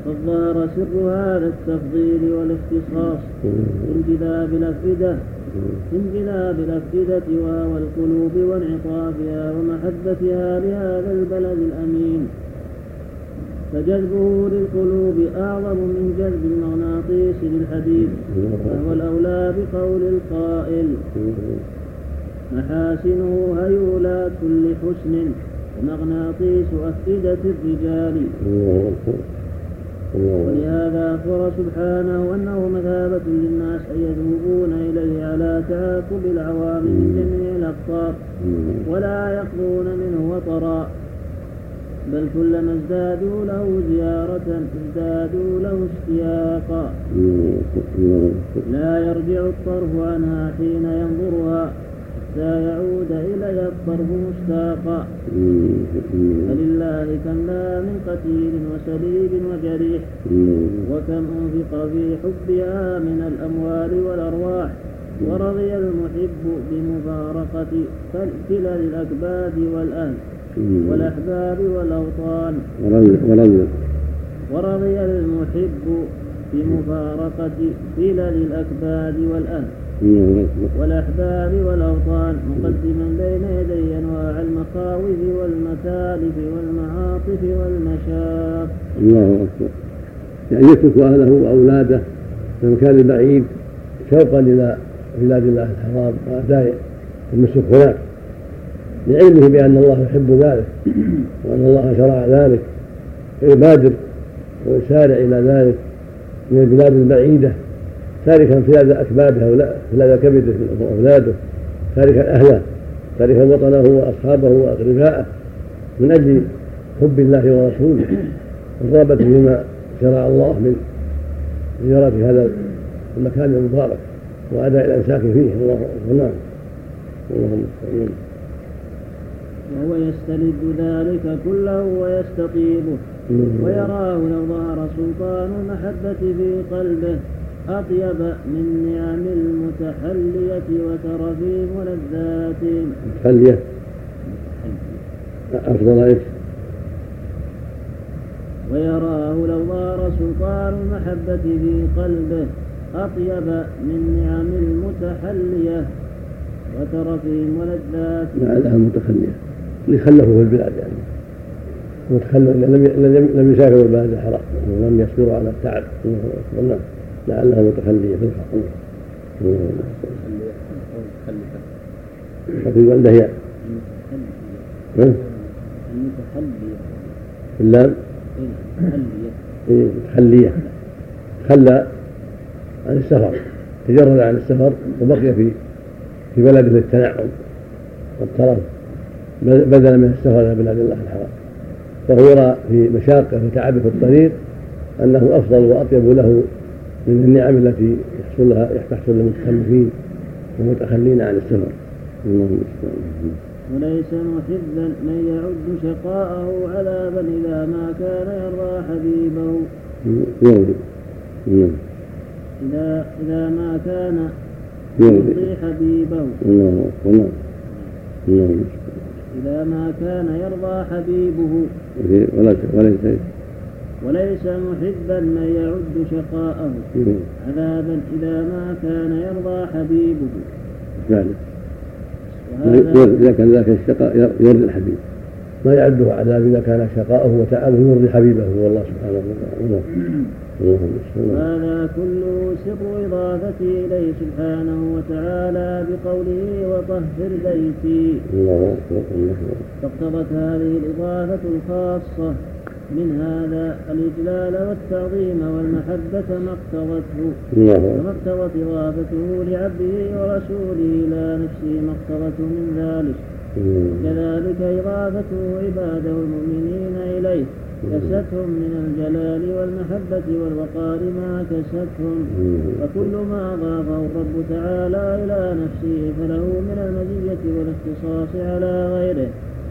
وقد ظهر سر هذا التفضيل والاختصاص انجذاب الأفئدة وهوى القلوب وانعطافها ومحبتها لهذا البلد الأمين، فجذبه للقلوب أعظم من جذب المغناطيس للحديد، فهو الأولى بقول القائل: محاسنه هيولات كل حسن ومغناطيس أفئدة الرجال. ولهذا أخبر سبحانه أنه مثابة للناس أن يذوبون إليه على تعاقب العوام من جميع الأقطار ولا يقضون منه وطرا، بل كلما ازدادوا له زيارة ازدادوا له اشتياقا، لا يرجع الطرف عنها حين ينظرها حتى يعود إليها الطرف مشتاقا. فلله كم لا من قتيل وسليب وجريح، وكم أنفق في حبها من الأموال والأرواح، ورضي المحب بمفارقة كلا الأكباد والأهل والأحباب والأوطان. ورضي المحب بمفارقة كلا الأكباد والأهل والأحباب والأوطان، مقدما بين يدي أنواع المخاوف والمكالف والمعاطف والمشاق. الله أكبر. يعني يترك أهله وأولاده في المكان البعيد شوقا إلى بلاد الله الحرام وأداء النسك هناك، لعلمه بأن الله يحب ذلك وأن الله شرع ذلك، فيبادر ويسارع إلى ذلك من البلاد البعيدة، تاركا فلاد أكباده فلاد كبده وأولاده، تاركا أهله، تاركا وطنه وأصحابه وأقرباءه، من أجل حب الله ورسوله والرغبة فيما شرع الله من زيارة هذا المكان المبارك وأداء الأنساك فيه. اللهم وهو يستلذ ذلك كله ويستطيبه، ويراه لو ظهر سلطان المحبة في قلبه أطيب من نعم المتحلية وترفيم ولذات متحلية أفضل إيش؟ ويراه لو ظهر سلطان المحبة في قلبه أطيب من نعم المتحلية وترفيم ولذات. لعلها المتخلية اللي خلفوا في البلاد، يعني لم يسافروا البلاد الحرام ولم يصبروا على التعب، لعلها متخلية في الحق. وفي البلدة هي المتحلية في اللام متحلية، تخلى عن السفر، تجرد عن السفر وبقي في بلده للتنعم والترف بدلا من السفر إلى بلاد الله الحرام، فهو يرى في مشاقه وتعبه في الطريق أنه أفضل وأطيب له من النعم التي تحصل للمتخلفين والمتخلين عن السفر. وليس محبا من يعد شقاءه عذابا إذا ما كان يرضى حبيبه. إذا ما كان يرضي حبيبه. إذا ما كان يرضى حبيبه. وليس محبا من يعد شقاءه عذابا إذا ما كان يرضى حبيبه. إذا كان ذاك الشقاء يرضي الحبيب، ما يعده عذاب إذا كان شقاءه وتعبه يرضي حبيبه هو الله سبحانه وتعالى. هذا كله سر إضافته إليه سبحانه وتعالى بقوله وطهر بيتي. فاقتضت هذه الإضافة الخاصة من هذا الإجلال والتعظيم والمحبة ما اقتضته، وما اقتضت إضافته لعبده ورسوله إلى نفسه ما اقتضته من ذلك، كذلك إضافته عباده المؤمنين إليه كستهم من الجلال والمحبة والوقار ما كستهم، وكل ما أضافه الرب تعالى إلى نفسه فله من المزية والاختصاص على غيره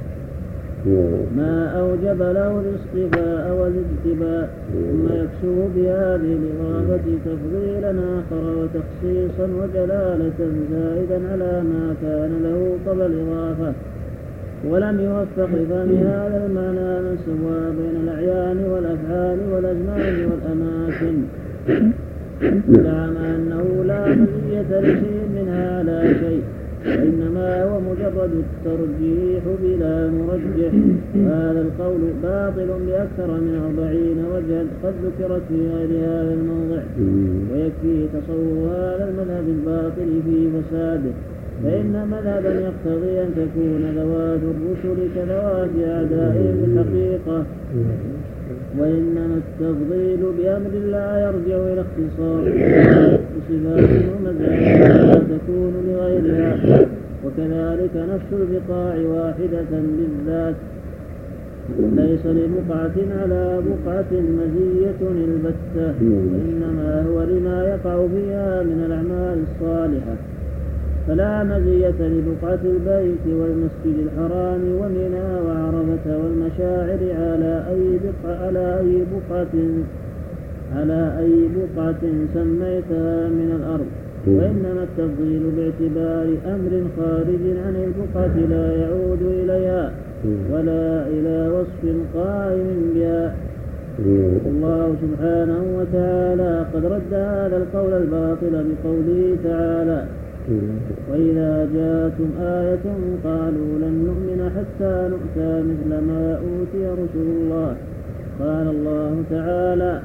ما أوجب له الاصطفاء والاجتباء، ثم يكسو بهذه الإضافة تفضيلا آخر وتخصيصا وجلالة زائدا على ما كان له قبل الإضافة، ولم يوفق لفهم هذا المعنى من سوى بين الأعيان والأفعال والأزمان والأماكن، زعم أنه لا مزية لشيء منها على شيء، وإنما هو مجرد الترجيح بلا مرجح. هذا القول باطل بأكثر من 40 وجها قد ذكرت في غير هذا الموضع، ويكفي تصور هذا المذهب الباطل في فساده، فإن مذهبا يقتضي أن تكون ذوات الرسل كذوات أعدائهم بالحقيقة، وإنما التفضيل بأمر لا يرجع إلى اختصاص بصفات ومزايا لا تكون لغيرها، وكذلك نفس البقاع واحدة بالذات، ليس لبقعة على بقعة مزية البتة، وإنما هو لما يقع فيها من الأعمال الصالحة، فلا مزية لبقعة البيت والمسجد الحرام ومنى وعرفة والمشاعر على أي بقعة سميتها من الأرض، وإنما التفضيل باعتبار أمر خارج عن البقعة لا يعود إليها ولا إلى وصف قائم بها. الله سبحانه وتعالى قد رد هذا القول الباطل بقوله تعالى: وإذا جاءتم آية قالوا لن نؤمن حتى نؤتى مثل ما أوتي رسل الله. قال الله تعالى: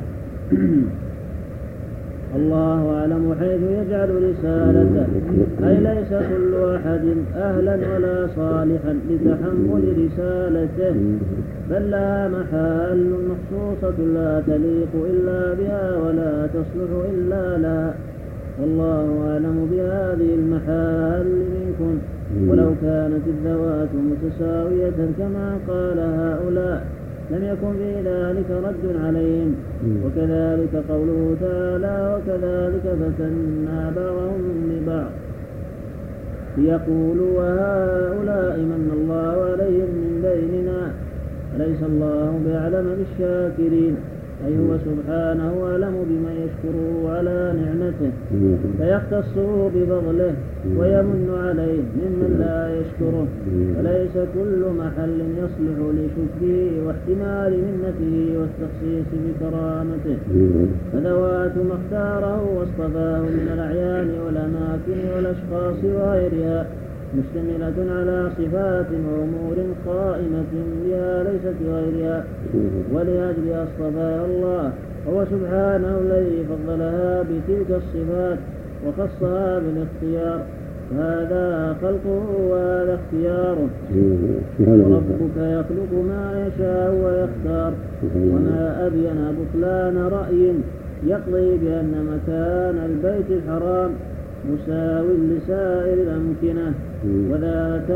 الله أعلم حيث يجعل رسالته، أي ليس كل أحد أهلا ولا صالحا لتحمل رسالته، بل لها محال مخصوصة لا تليق إلا بها ولا تصلح إلا لها، والله أعلم بهذه المحال منكم، ولو كانت الذوات متساوية كما قال هؤلاء لم يكن في ذلك رد عليهم. وكذلك قوله تعالى: وكذلك فتنا بعضهم ببعض ليقولوا وهؤلاء من الله عليهم من بيننا أليس الله بأعلم بالشاكرين، أي هو سبحانه أعلم بمن يشكره على نعمته فيختصه بفضله ويمن عليه ممن لا يشكره، وليس كل محل يصلح لشكره واحتمال منته والتخصيص بكرامته، فذوات ما اختاره واصطفاه من الأعيان والأماكن والأشخاص وغيرها مشتملة على صفات وأمور قائمة بها ليست غيرها، ولأجل اصطفاها الله هو سبحانه الذي فضلها بتلك الصفات وخصها بالاختيار، هذا خلقه وهذا اختياره. وربك يخلق ما يشاء ويختار، وما أبين بطلان رأي يقضي بأن مكان البيت الحرام مساو لسائر الأمكنة وذات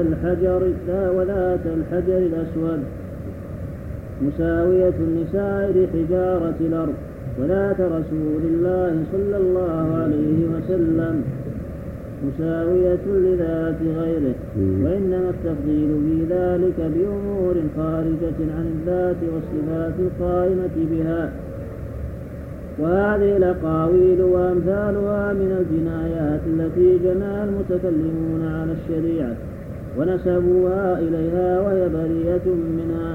الحجر الأسود مساوية لسائر حجارة الأرض، وذات رسول الله صلى الله عليه وسلم مساوية لذات غيره، وإنما التفضيل في ذلك بأمور خارجة عن الذات والصفات القائمة بها. وهذه الأقاويل وأمثالها من الجنايات التي جنى المتكلمون على الشريعة ونسبوها إليها وهي بريئة منها،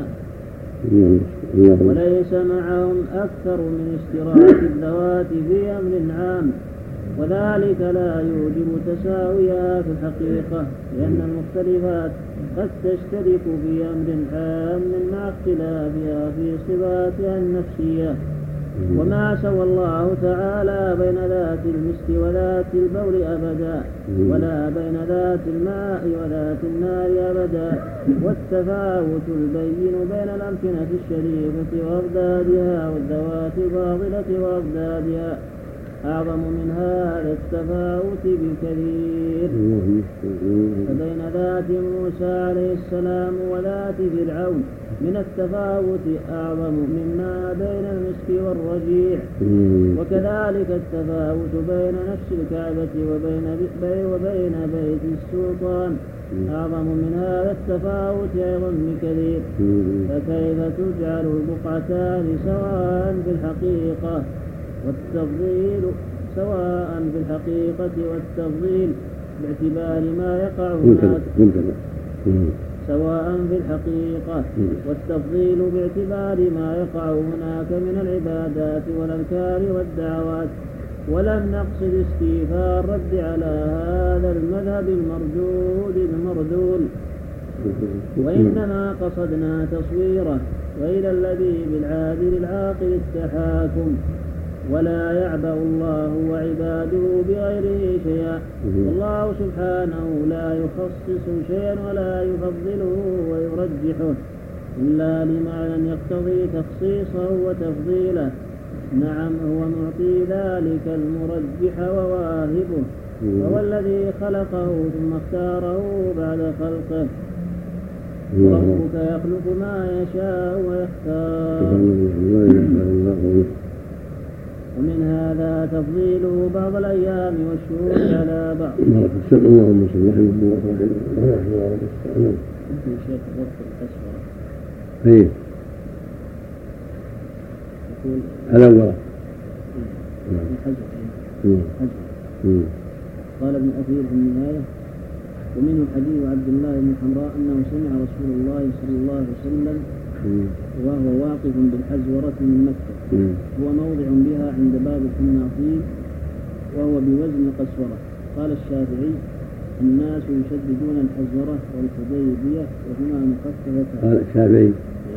وليس معهم أكثر من اشتراك الذوات في أمر عام، وذلك لا يوجب تساويها في الحقيقة، لأن المختلفات قد تشترك في أمر عام مع اختلافها في صفاتها النفسية. وما سوى الله تعالى بين ذات المسك وذات البول أبدا، ولا بين ذات الماء وذات النار أبدا، والتفاوت البين بين الأمكنة الشريفة وأضدادها والذوات الفاضلة وأضدادها أعظم من هذا التفاوت بكثير. فبين ذات موسى عليه السلام وذات فرعون من التفاوت أعظم مما بين المسك والرجيع، وكذلك التفاوت بين نفس الكعبة وبين بيت السلطان أعظم من هذا التفاوت أيضا بكثير، فكيف تجعل البقعتان سواء في الحقيقة والتفضيل باعتبار ما يقع هناك سواء في الحقيقة، والتفضيل باعتبار ما يقع هناك من العبادات والأذكار والدعوات، ولم نقصد استيفاء الرد على هذا المذهب المردود وإنما قصدنا تصويره، وإلى الذي بالعادل العاقل التحاكم، ولا يعبأ الله وعباده بغيره شيئا، والله سبحانه لا يخصص شيئا ولا يفضله ويرجحه إلا لمعنى يقتضي تخصيصه وتفضيله. نعم، هو معطي ذلك المرجح وواهبه، وهو الذي خلقه ثم اختاره بعد خلقه، وربك يخلق ما يشاء ويختار. ومن هذا تفضيله بعض الأيام والشهور على بعض. اللهم صل وسلم وبارك في شيخ وقت الأسفر على ورا قال ابن أثير في النهاية: ومنه حديث عبد الله بن حمراء أنه سمع رسول الله صلى الله عليه وسلم وهو واقف بالحزورة من مكة، هو موضع بها عند باب الحناطين، وهو بوزن القسورة. قال الشافعي: الناس يشددون الحزورة والحديبية وهما مخففتان. قال الشافعي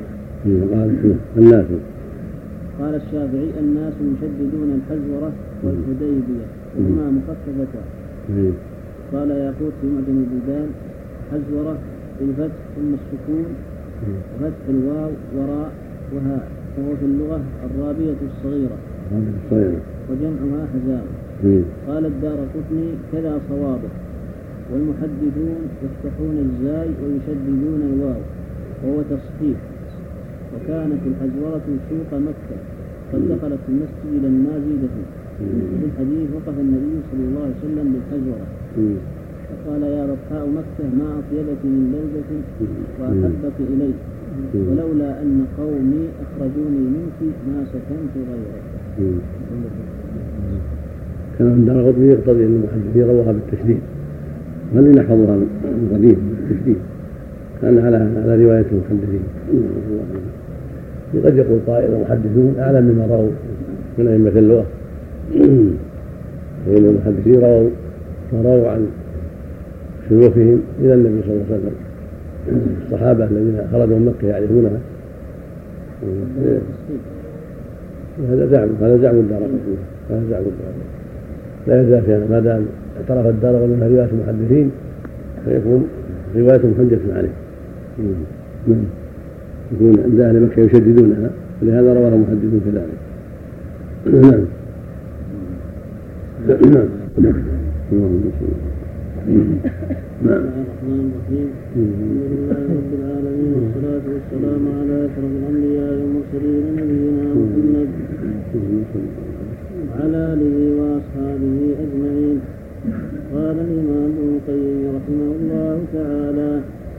قال الشافعي: الناس يشددون الحزورة والحديبية وهما مخففتان. قال ياقوت في معجم البلدان: حزورة بالفتح ثم السكون وفتح الواو وراء وهاء، وهو في اللغة الرابية الصغيرة وجمعها حزام. قال الدارقطني: كذا صوابه. والمحدثون يفتحون الزاي ويشددون الواو وهو تصحيح. وكانت الحزورة سوق مكة قد دخلت المسجد لما زيد فيه. في الحديث: وقف النبي صلى الله عليه وسلم بالحزورة فقال: يا بطحاء مكة، ما أطيبك من بلدة وأحبك إلي، ولولا أن قومي أخرجوني منك ما سكنت غيرك. كان عند الغطري يقتضي أن المحدثين رواها بالتشديد، هل نحفظها من قديم بالتشديد، كان على رواية المحدثين. قد يقول قائل: المحدثون أعلم مما رووا من أئمة اللغة، فإن المحدثين رووا عن شيوخهم إلى النبي صلى الله عليه وسلم، الصحابة الذين خرجوا من مكة يعرفونها. هذا زعم الدارقطني، لا يزال فيها ما دام اعترف الدارقطني أنها رواية المحدثين فيكون رواية محجة عليه، يكون عند أهل مكة يشددونها، ولهذا رواه المحدثون كذلك. نعم. نعم. الرحمن الرحيم. الحمد لله رب العالمين، والصلاة والسلام على أشرف الأنبياء والمرسلين نبينا محمد وعلى آله وأصحابه أجمعين. قال الإمام ابن القيم رحمه الله تعالى: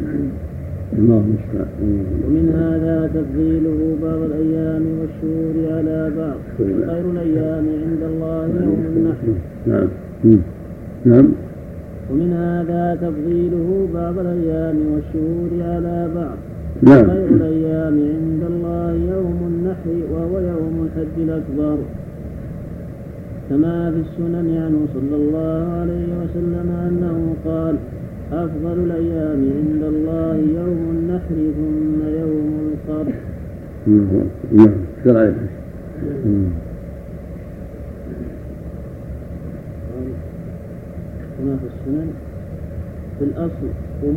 ومن هذا تفضيله بعض الأيام والشهور على بعض، خير الأيام عند الله يوم النحر. نعم. ومن هذا تفضيله بعض الأيام والشهور على بعض، خير الأيام عند الله يوم النحر وهو يوم الحج الأكبر، كما في السنن عنه صلى الله عليه وسلم أنه قال: أفضل الأيام عند الله يوم النحر ثم يوم القر. كما في السنن في الأصل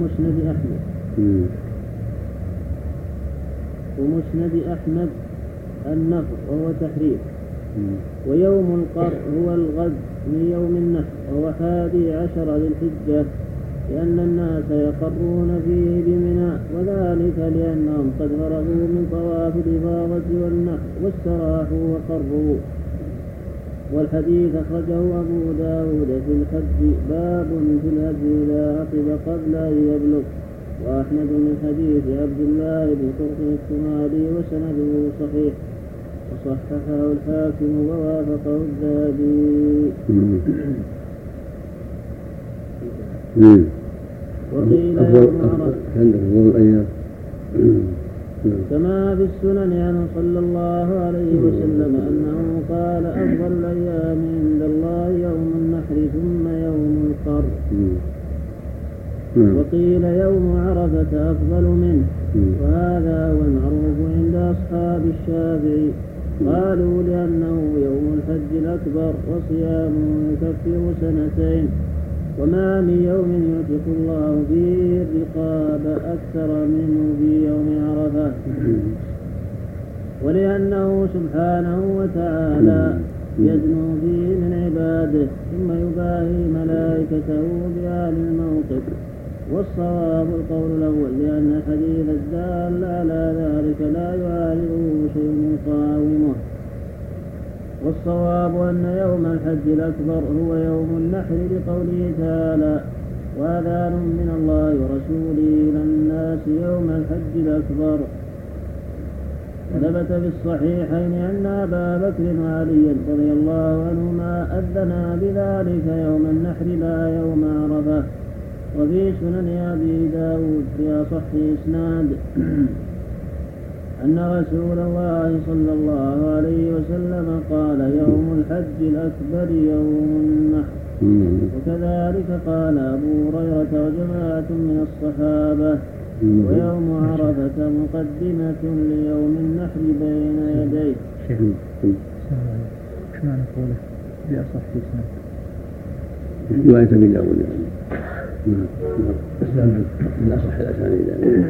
ومسند أحمد النفر وهو تحريف، ويوم القر هو الغد من يوم النحر وهو 11 للحجة، لأن الناس يقرون فيه بمنى، وذلك لأنهم قد فرغوا من طواف الإفاضة والنحر واستراحوا وقروا. والحديث أخرجه أبو داود في الحج: باب في الهدي إذا عقب قبل أن يبلغ. وأحمد من حديث عبد الله بن طرق الثمالي وسنده صحيح، وصححه الحاكم ووافقه الذهبي. وقيل يوم عرفة كما في السنن عنه صلى الله عليه وسلم أنه قال أفضل الأيام عند الله يوم النحر ثم يوم القر. وقيل يوم عرفة أفضل منه، وهذا هو المعروف عند أصحاب الشافعي. قالوا لأنه يوم الحج الأكبر وصيامه يكفر سنتين، وما من يوم يعتق الله فيه الرقاب أكثر منه في يوم عرفة، ولأنه سبحانه وتعالى يدنو فيه من عباده ثم يباهي ملائكته بأهل الموقف. والصواب القول الأول، لأن الحديث الدال على ذلك لا يعارضه شيء يقاومه. والصواب أن يوم الحج الأكبر هو يوم النحر لقوله تعالى وأذان من الله ورسوله إلى الناس يوم الحج الأكبر. وثبت في الصحيحين أن أبا بكر وعليا رضي الله عنهما أذنا بذلك يوم النحر لا يوم عرفة. وفي سنن أبي داود في أصح إسناد أن رسول الله صلى الله عليه وسلم قال يوم الحج الأكبر يوم النحر. وكذلك قال أبو هريرة وجماعة من الصحابة. ويوم عرفة مقدمة ليوم النحر بين يديه. شو معنى قوله بأصح إسناد؟ رواية من يوم من أصح الأسانيد.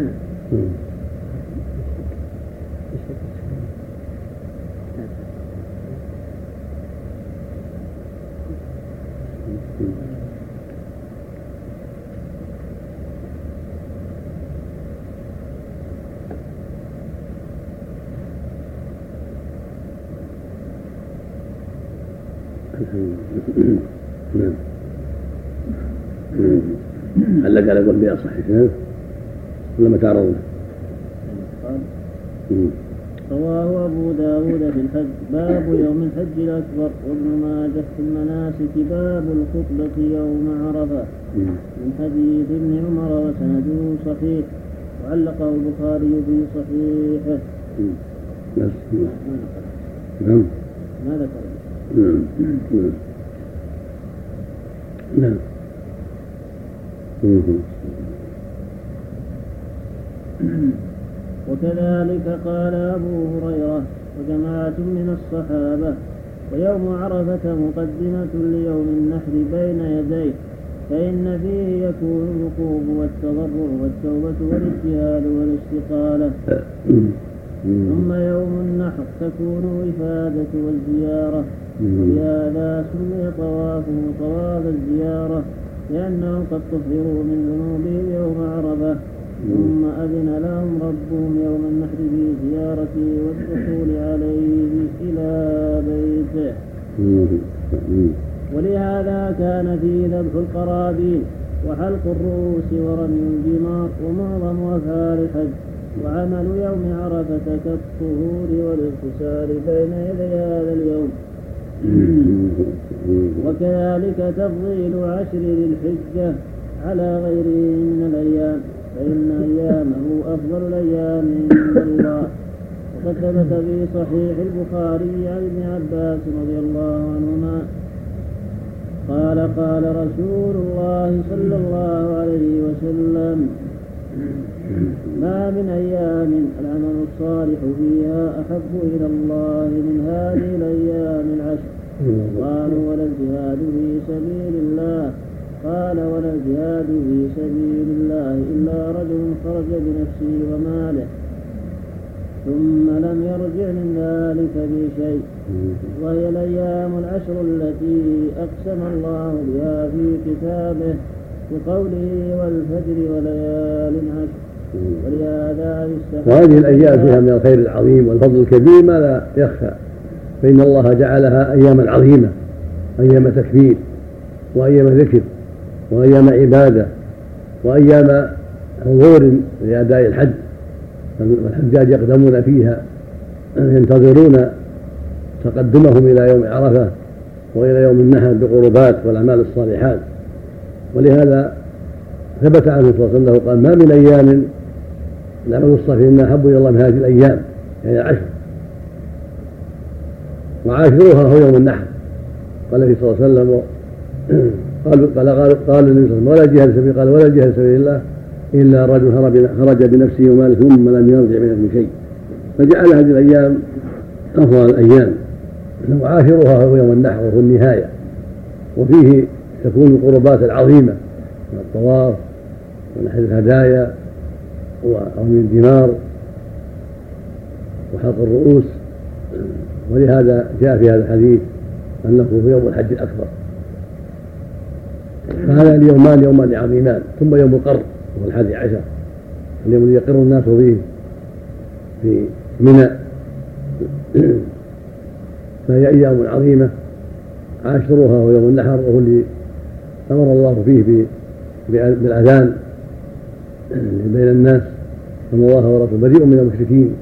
هل لك على قول بأصح إسناد ولا ما تعرضنا؟ رواه أبو داود في الحج باب يوم الحج الأكبر، وابن ماجه في المناسك باب الخطبة يوم عرفة من حديث ابن عمر وسنده صحيح، وعلقه البخاري في صحيحه. ما ذكر. نعم. وكذلك قال أبو هريرة وجماعة من الصحابة ويوم عرفة مقدمة ليوم النحر بين يديه، فإن فيه يكون الوقوف والتضرع والتوبة والاجتهاد والاستقالة. ثم يوم النحر تكون الإفادة والزيارة، ولهذا سمي طوافه طواف الزيارة لأنهم قد طهروا من ذنوبهم يوم عرفة، ثم أذن لهم ربهم يوم النحر في زيارته والدخول عليه إلى بيته. ولهذا كان فيه ذبح القرابين وحلق الرؤوس ورمي الجمار ومعظم أفعال الحج. وعمل يوم عرفة كالطهور والاغتسال بين يدي هذا اليوم. وكذلك تفضيل 10 ذي الحجة على غيره من الأيام، فإن أيامه أفضل الأيام عند الله. وقد ثبت في صحيح البخاري عن ابن عباس رضي الله عنهما قال قال رسول الله صلى الله عليه وسلم ما من أيام العمل الصالح فيها أحب إلى الله من هذه الأيام 10. قالوا ولا الجهاد في سبيل الله؟ قال ولا الجهاد في سبيل الله إلا رجل خرج بنفسه وماله ثم لم يرجع من ذلك بشيء. وهي الأيام 10 التي أقسم الله بها في كتابه بقوله والفجر وليال 10. وهذه الأيام فيها من الخير العظيم والفضل الكبير ما لا يخفى، فإن الله جعلها أياما عظيمة، أيام تكبير وأيام ذكر وأيام عبادة وأيام حضور لأداء الحج، والحجاج يقدمون فيها ينتظرون تقدمهم إلى يوم عرفة وإلى يوم النحر بالقربات والأعمال الصالحات. ولهذا ثبت عنه صلى الله عليه وسلم قال: ما من أيام العمل الصالح إنها أحب إلى الله من هذه الأيام، يعني العشر، وعاشروها هو يوم النحر. قال النبي صلى الله عليه وسلم: قال النبي صلى الله عليه وسلم: ولا جهاد سبيل، قال: ولا جهاد سبيل الله إلا رجل خرج بنفسه وماله ثم لم يرجع من شيء. فجعل هذه الأيام أفضل الأيام، وعاشروها هو يوم النحر وهو النهاية، وفيه تكون القربات العظيمة من الطواف ونحر الهدايا ورمي الجمار وحلق الرؤوس. ولهذا جاء في هذا الحديث أنه هو يوم الحج الأكبر. فهذا اليومان يومان عظيمان. ثم يوم القر وهو 11، اليوم الذي يقر الناس فيه في منى، فهي أيام عظيمة عاشروها هو يوم النحر، وهو اللي أمر الله فيه بالأذان بين الناس أن الله ورسوله بريء من المشركين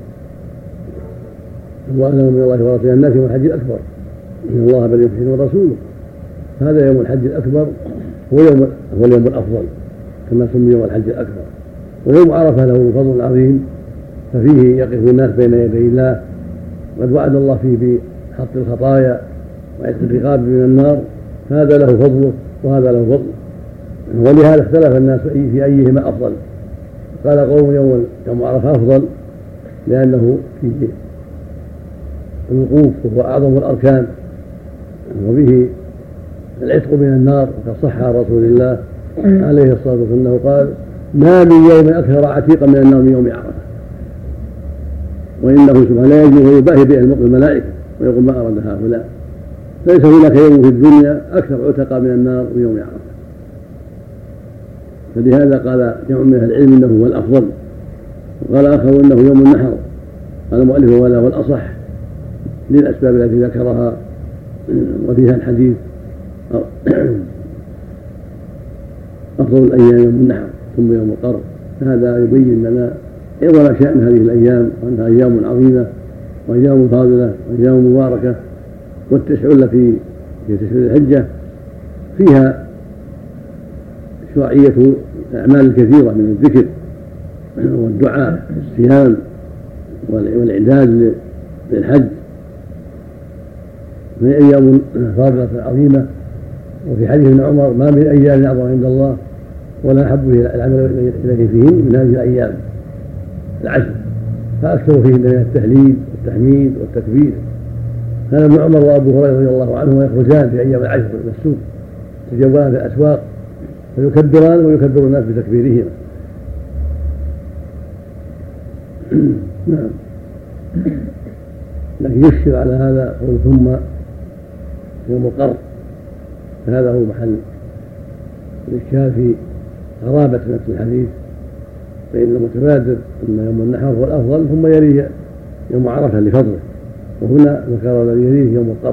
وأذن من الله ورسوله الناس يوم الحج الأكبر، إن الله بريء من المشركين ورسوله. هذا يوم الحج الأكبر هو اليوم الأفضل كما سمي يوم الحج الأكبر. ويوم عرفة له فضل عظيم، ففيه يقف الناس بين يدي الله، قد وعد الله فيه بحط الخطايا وعتق الرقاب من النار. هذا له فضله وهذا له فضله، ولهذا اختلف الناس في أيهما أفضل. قال قوم يوم عرفة أفضل لأنه فيه الوقوف وهو أعظم الأركان، وبه العتق من النار. وقد صح عن رسول الله عليه الصلاة والسلام أنه قال: ما من يوم أكثر عتيقا من النار من يوم عرفة. وإنه سبحانه لا يجوز ويباهي به الملائكة ويقول: ما أراد هؤلاء. ليس هناك يوم في الدنيا أكثر عتقا من النار من يوم عرفة. فلهذا قال جمع من أهل العلم إنه هو الأفضل، وقال آخر إنه يوم النحر. قال المؤلف: وهذا هو الأصح للأسباب التي ذكرها وفيها الحديث: أفضل الأيام يوم النحر ثم يوم القر. هذا يبين لنا عظم شأن هذه الأيام، وأنها أيام عظيمة وأيام فاضلة وأيام مباركة. والتسع التي في تسع الحجة فيها شرعية أعمال كثيرة من الذكر والدعاء والصيام والإعداد للحج، من أيام فاضلة عظيمة. وفي حديث ابن عمر: ما من أيام أعظم عند الله ولا أحب العمل إليه فيهن من هذه الأيام العشر، فأكثر فيهن من التهليل والتحميد والتكبير. كان ابن عمر وأبو هريرة رضي الله عنهما يخرجان في أيام العشر إلى السوق، يتجولان في الأسواق فيكبران ويكبر الناس بتكبيرهما. نعم. لكن يشير على هذا قول: ثم يوم القر. فهذا هو محل الإشكال في غرابة نفس الحديث، فإن المتبادر أن يوم النحر هو الأفضل ثم يليه يوم عرفة لفضله، وهنا ذكر الذي يليه يوم القر،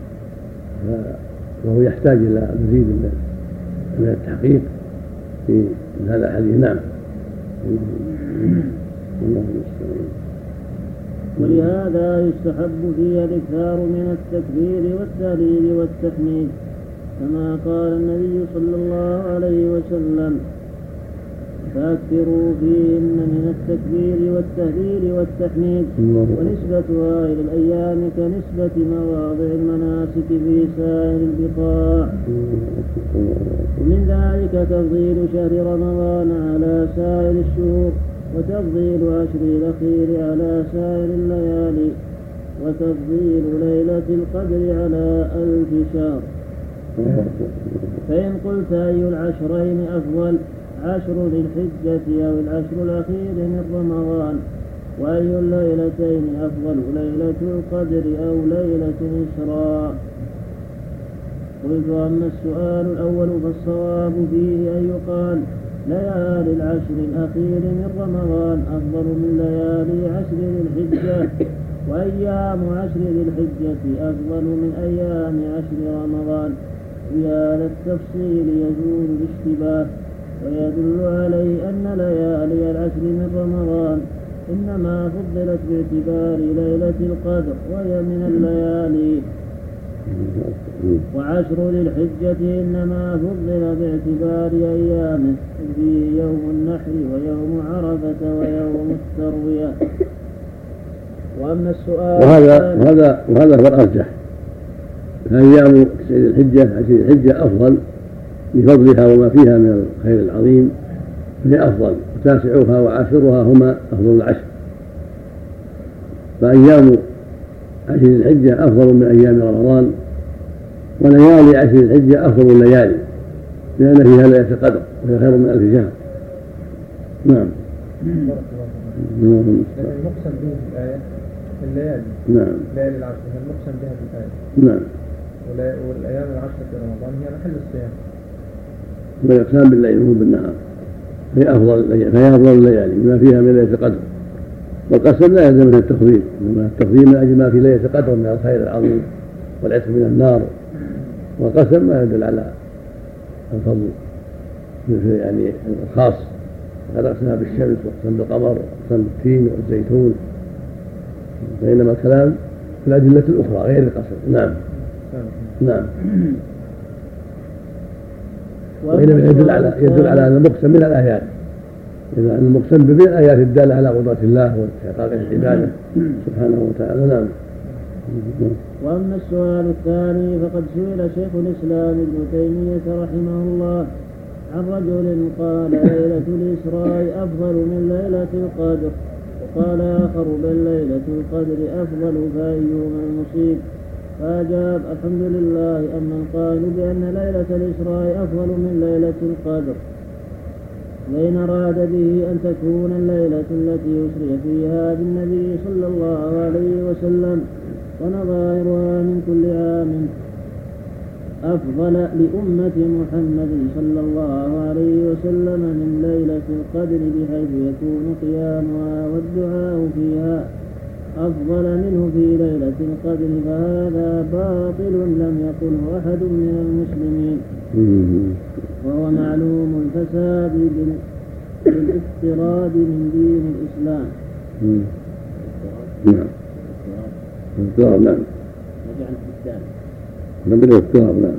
وهو يحتاج إلى مزيد من التحقيق في هذا الحديث. نعم. ولهذا يستحب فيها الإكثار من التكبير والتهليل والتحميد، كما قال النبي صلى الله عليه وسلم: فأكثروا فيهن من التكبير والتهليل والتحميد. ونسبتها إلى الأيام كنسبة مواضع المناسك في سائر البقاع. ومن ذلك تفضيل شهر رمضان على سائر الشهور، وتفضيل عشر الأخير على سائر الليالي، وتفضيل ليلة القدر على 1000 شهر. فإن قلت أي العشرين أفضل، 10 ذي الحجة أو العشر الأخير من رمضان؟ وأي الليلتين أفضل، ليلة القدر أو ليلة الإسراء؟ قلت: أما السؤال الأول فالصواب فيه أن يقال: ليالي العشر الأخير من رمضان أفضل من ليالي 10 ذي الحجة، وأيام 10 ذي الحجة أفضل من أيام 10 رمضان. بهذا التفصيل يزول الاشتباه، ويدل عليه أن ليالي العشر من رمضان إنما فضلت باعتبار ليلة القدر، وهي من الليالي. وعشر ذي الحجة إنما فضل باعتبار أيامه فيه يوم النحر ويوم عرفة ويوم التروية. وأما السؤال وهذا هو الأرجح. أيام 9 الحجة 10 الحجة أفضل بفضلها وما فيها من الخير العظيم، فهي أفضل، وتاسعها وعاشرها هما أفضل العشر. فأيام 10 الحجة أفضل من أيام رمضان، وليالي 10 الحجة أفضل الليالي لأن فيها ليلة القدر وهي خير من 1000 شهر. نعم. المقسم به في الآية الليالي. نعم. ليالي العشر هي المقسم بها في الآية. نعم. والأيام العشر في رمضان هي محل الصيام. والإقسام بالليل مو بالنهار، فهي أفضل الليالي بما فيها من ليلة القدر. والقسم لا يلزم منها التفضيل، إنما التفضيل من أجل ما في ليلة القدر من الخير العظيم والعتق من النار. والقسم ما يدل على الفضل يعني الخاص، هذا أقسم بالشمس وأقسم بالقمر وأقسم بالتين والزيتون، بينما الكلام في الأدلة الأخرى غير القسم. نعم. نعم. وإنما يدل على أن المقسم من الآيات، إذا المقسم من الآيات الدالة على قدرة الله واستحقاق العبادة سبحانه وتعالى. نعم. وأما السؤال الثاني فقد سئل شيخ الإسلام ابن تيمية رحمه الله عن رجل قال ليلة الإسراء أفضل من ليلة القدر، وقال آخر بل ليلة القدر أفضل فأيهما المصيب؟ فأجاب الحمد لله أمن قالوا بأن ليلة الإسراء أفضل من ليلة القدر، وإن أراد به أن تكون الليلة التي أسري فيها بالنبي صلى الله عليه وسلم ونظائرها من كل عام أفضل لأمة محمد صلى الله عليه وسلم من ليلة القدر، بحيث يكون قيامها والدعاء فيها أفضل منه في ليلة القدر، فهذا باطل لم يقله أحد من المسلمين، وهو معلوم الفساد بالافتراض من دين الإسلام. نعم. الاضطراب. نعم. نعم بالاضطراب. نعم.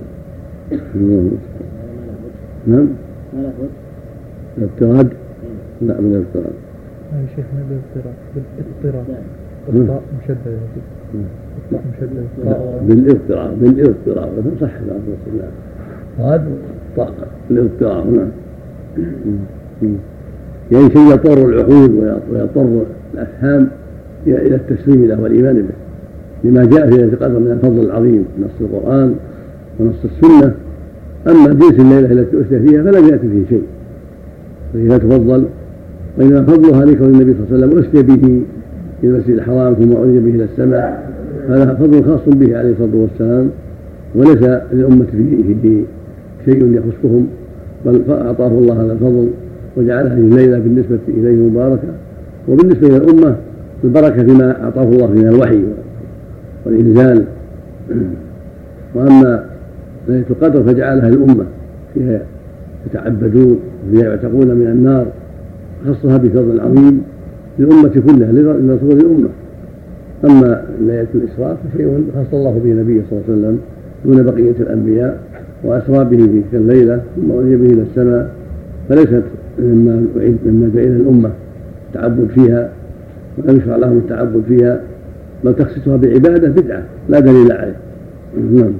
نعم. الاضطراب. لا بالاضطراب. يا شيخنا بالاضطراب. الطاء مشددة. الطاء مشددة. بالاضطراب صح. هذا طاء الاضطراب. نعم. يعني شيء يضطر العقول ويضطر الأفهام إلى التسليم له والإيمان به لما جاء في ليلة القدر من الفضل العظيم نص القرآن ونص السنة. أما جنس الليلة التي أسري فيها فلم يأتي فيه شيء، فهي لا تفضل، وإنما فضلها لكون النبي صلى الله عليه وسلم أسري به إلى المسجد الحرام ثم عرج به إلى السماء، هذا فضل خاص به عليه الصلاة والسلام، وليس للأمة فيه شيء يخصهم، بل أعطاه الله هذا الفضل وجعل هذه الليلة بالنسبة إليه مباركة، وبالنسبة إلى الأمة البركة فيما أعطاه الله من الوحي والإنزال. وأما ليلة القدر فجعلها الأمة فيها يتعبدون وفيها يعتقون من النار، خصها بفضل عظيم للأمة كلها لرسول الأمة. أما ليلة الإسراء فشيء خص الله به النبي صلى الله عليه وسلم دون بقية الأنبياء، وأسرى به في تلك الليلة ثم عرج به إلى السماء، فليست مما بين الأمة التعبد فيها، ولم يشرع لهم التعبد فيها، بل تخصيصها بعبادة بدعة لا دليل عليه. نعم.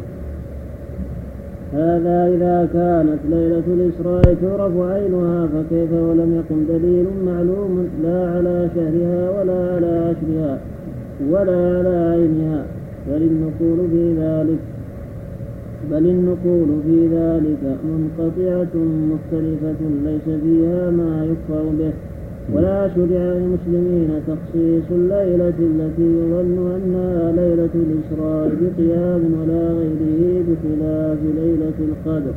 هذا إذا كانت ليلة الإسراء تعرف عينها، فكيف ولم يكن دليل معلوم لا على شهرها ولا على عشرها ولا على عينها، بل النقول في ذلك منقطعة مختلفة ليس فيها ما يكفر به، ولا شرع للمسلمين تخصيص الليلة التي يظن أنها ليلة الإسراء بقيام ولا غيره بخلاف ليلة القدر،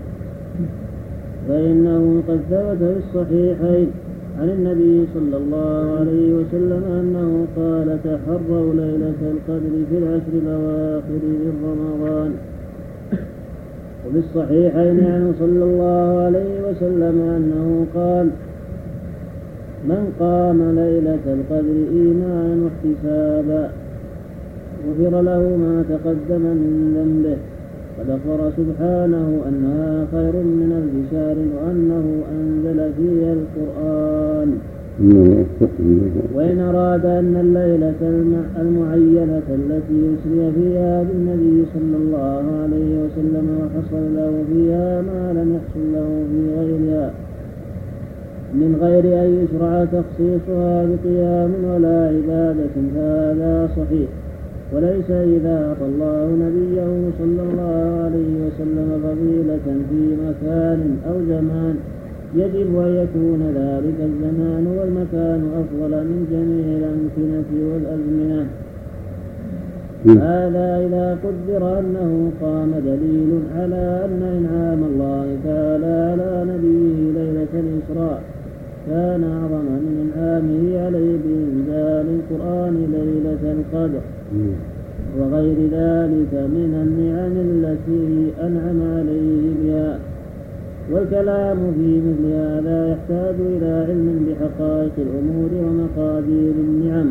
فإنه قد ثبت في الصحيحين عن النبي صلى الله عليه وسلم أنه قال تحروا ليلة القدر في العشر الأواخر من رمضان. وفي الصحيحين عنه صلى الله عليه وسلم أنه قال من قام ليلة القدر إيمانا واحتسابا غفر له ما تقدم من ذنبه وذكر سبحانه أنها خير من ألف شهر وأنه أنزل فيها القرآن. وإن أراد أن الليلة المعينة التي يسري فيها بالنبي صلى الله عليه وسلم وحصل له فيها ما لم يحصل له في غيرها من غير أن يشرع تخصيصها بقيام ولا عبادة فهذا صحيح. وليس إذا أعطى الله نبيه صلى الله عليه وسلم فضيلة في مكان أو زمان يجب أن يكون ذلك الزمان والمكان أفضل من جميع الأمكنة والأزمنة. هذا إذا قدر أنه قام دليل على أن إنعام الله تعالى على نبيه ليلة الإسراء كان أعظم من إنعامه عليه بإنزال القرآن ليلة القدر وغير ذلك من النعم التي أنعم عليه بها. والكلام في مثل هذا يحتاج إلى علم بحقائق الأمور ومقادير النعم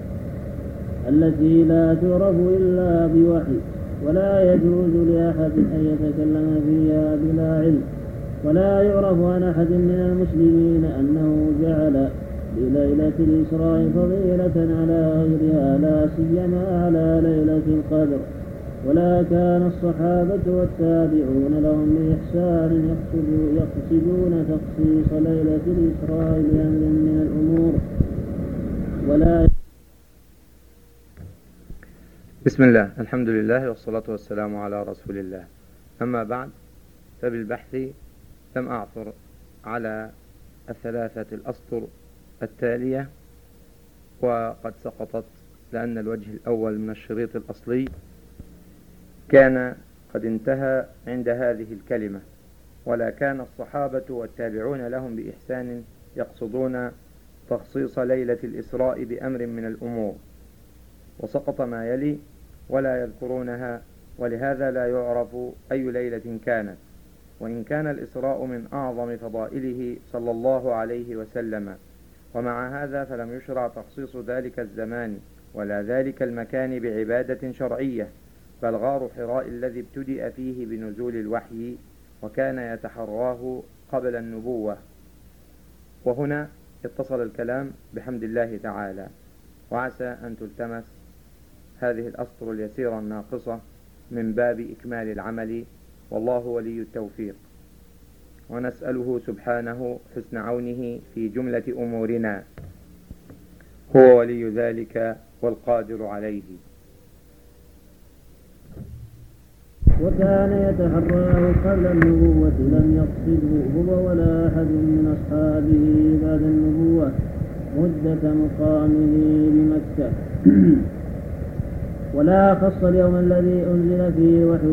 التي لا تعرف إلا بوحي، ولا يجوز لأحد أن يتكلم فيها بلا علم. ولا يعرف عن أحد من المسلمين أنه جعل لليلة الإسراء فضيلة على غيرها لا سيما على ليلة القدر. ولا كان الصحابة والتابعون لهم بإحسان يقصدون تخصيص ليلة الإسراء بأمر من الأمور ولا. بسم الله، الحمد لله والصلاة والسلام على رسول الله. أما بعد، فبالبحث لم أعثر على الثلاثة الأسطر التالية، وقد سقطت لأن الوجه الأول من الشريط الأصلي كان قد انتهى عند هذه الكلمة: ولا كان الصحابة والتابعون لهم بإحسان يقصدون تخصيص ليلة الإسراء بأمر من الأمور، وسقط ما يلي: ولا يذكرونها، ولهذا لا يعرف أي ليلة كانت. وإن كان الإسراء من أعظم فضائله صلى الله عليه وسلم، ومع هذا فلم يشرع تخصيص ذلك الزمان ولا ذلك المكان بعبادة شرعية، بل غار حراء الذي ابتدأ فيه بنزول الوحي وكان يتحراه قبل النبوة. وهنا اتصل الكلام بحمد الله تعالى، وعسى أن تلتمس هذه الأسطر اليسيرة الناقصة من باب إكمال العمل، والله ولي التوفيق. ونسأله سبحانه حسن عونه في جملة أمورنا، هو ولي ذلك والقادر عليه. وكان يتحراه قبل النبوة لم يقصده هو ولا أحد من أصحابه بعد النبوة مدة مقامه بمكة. ولا خص اليوم الذي أنزل فيه الوحي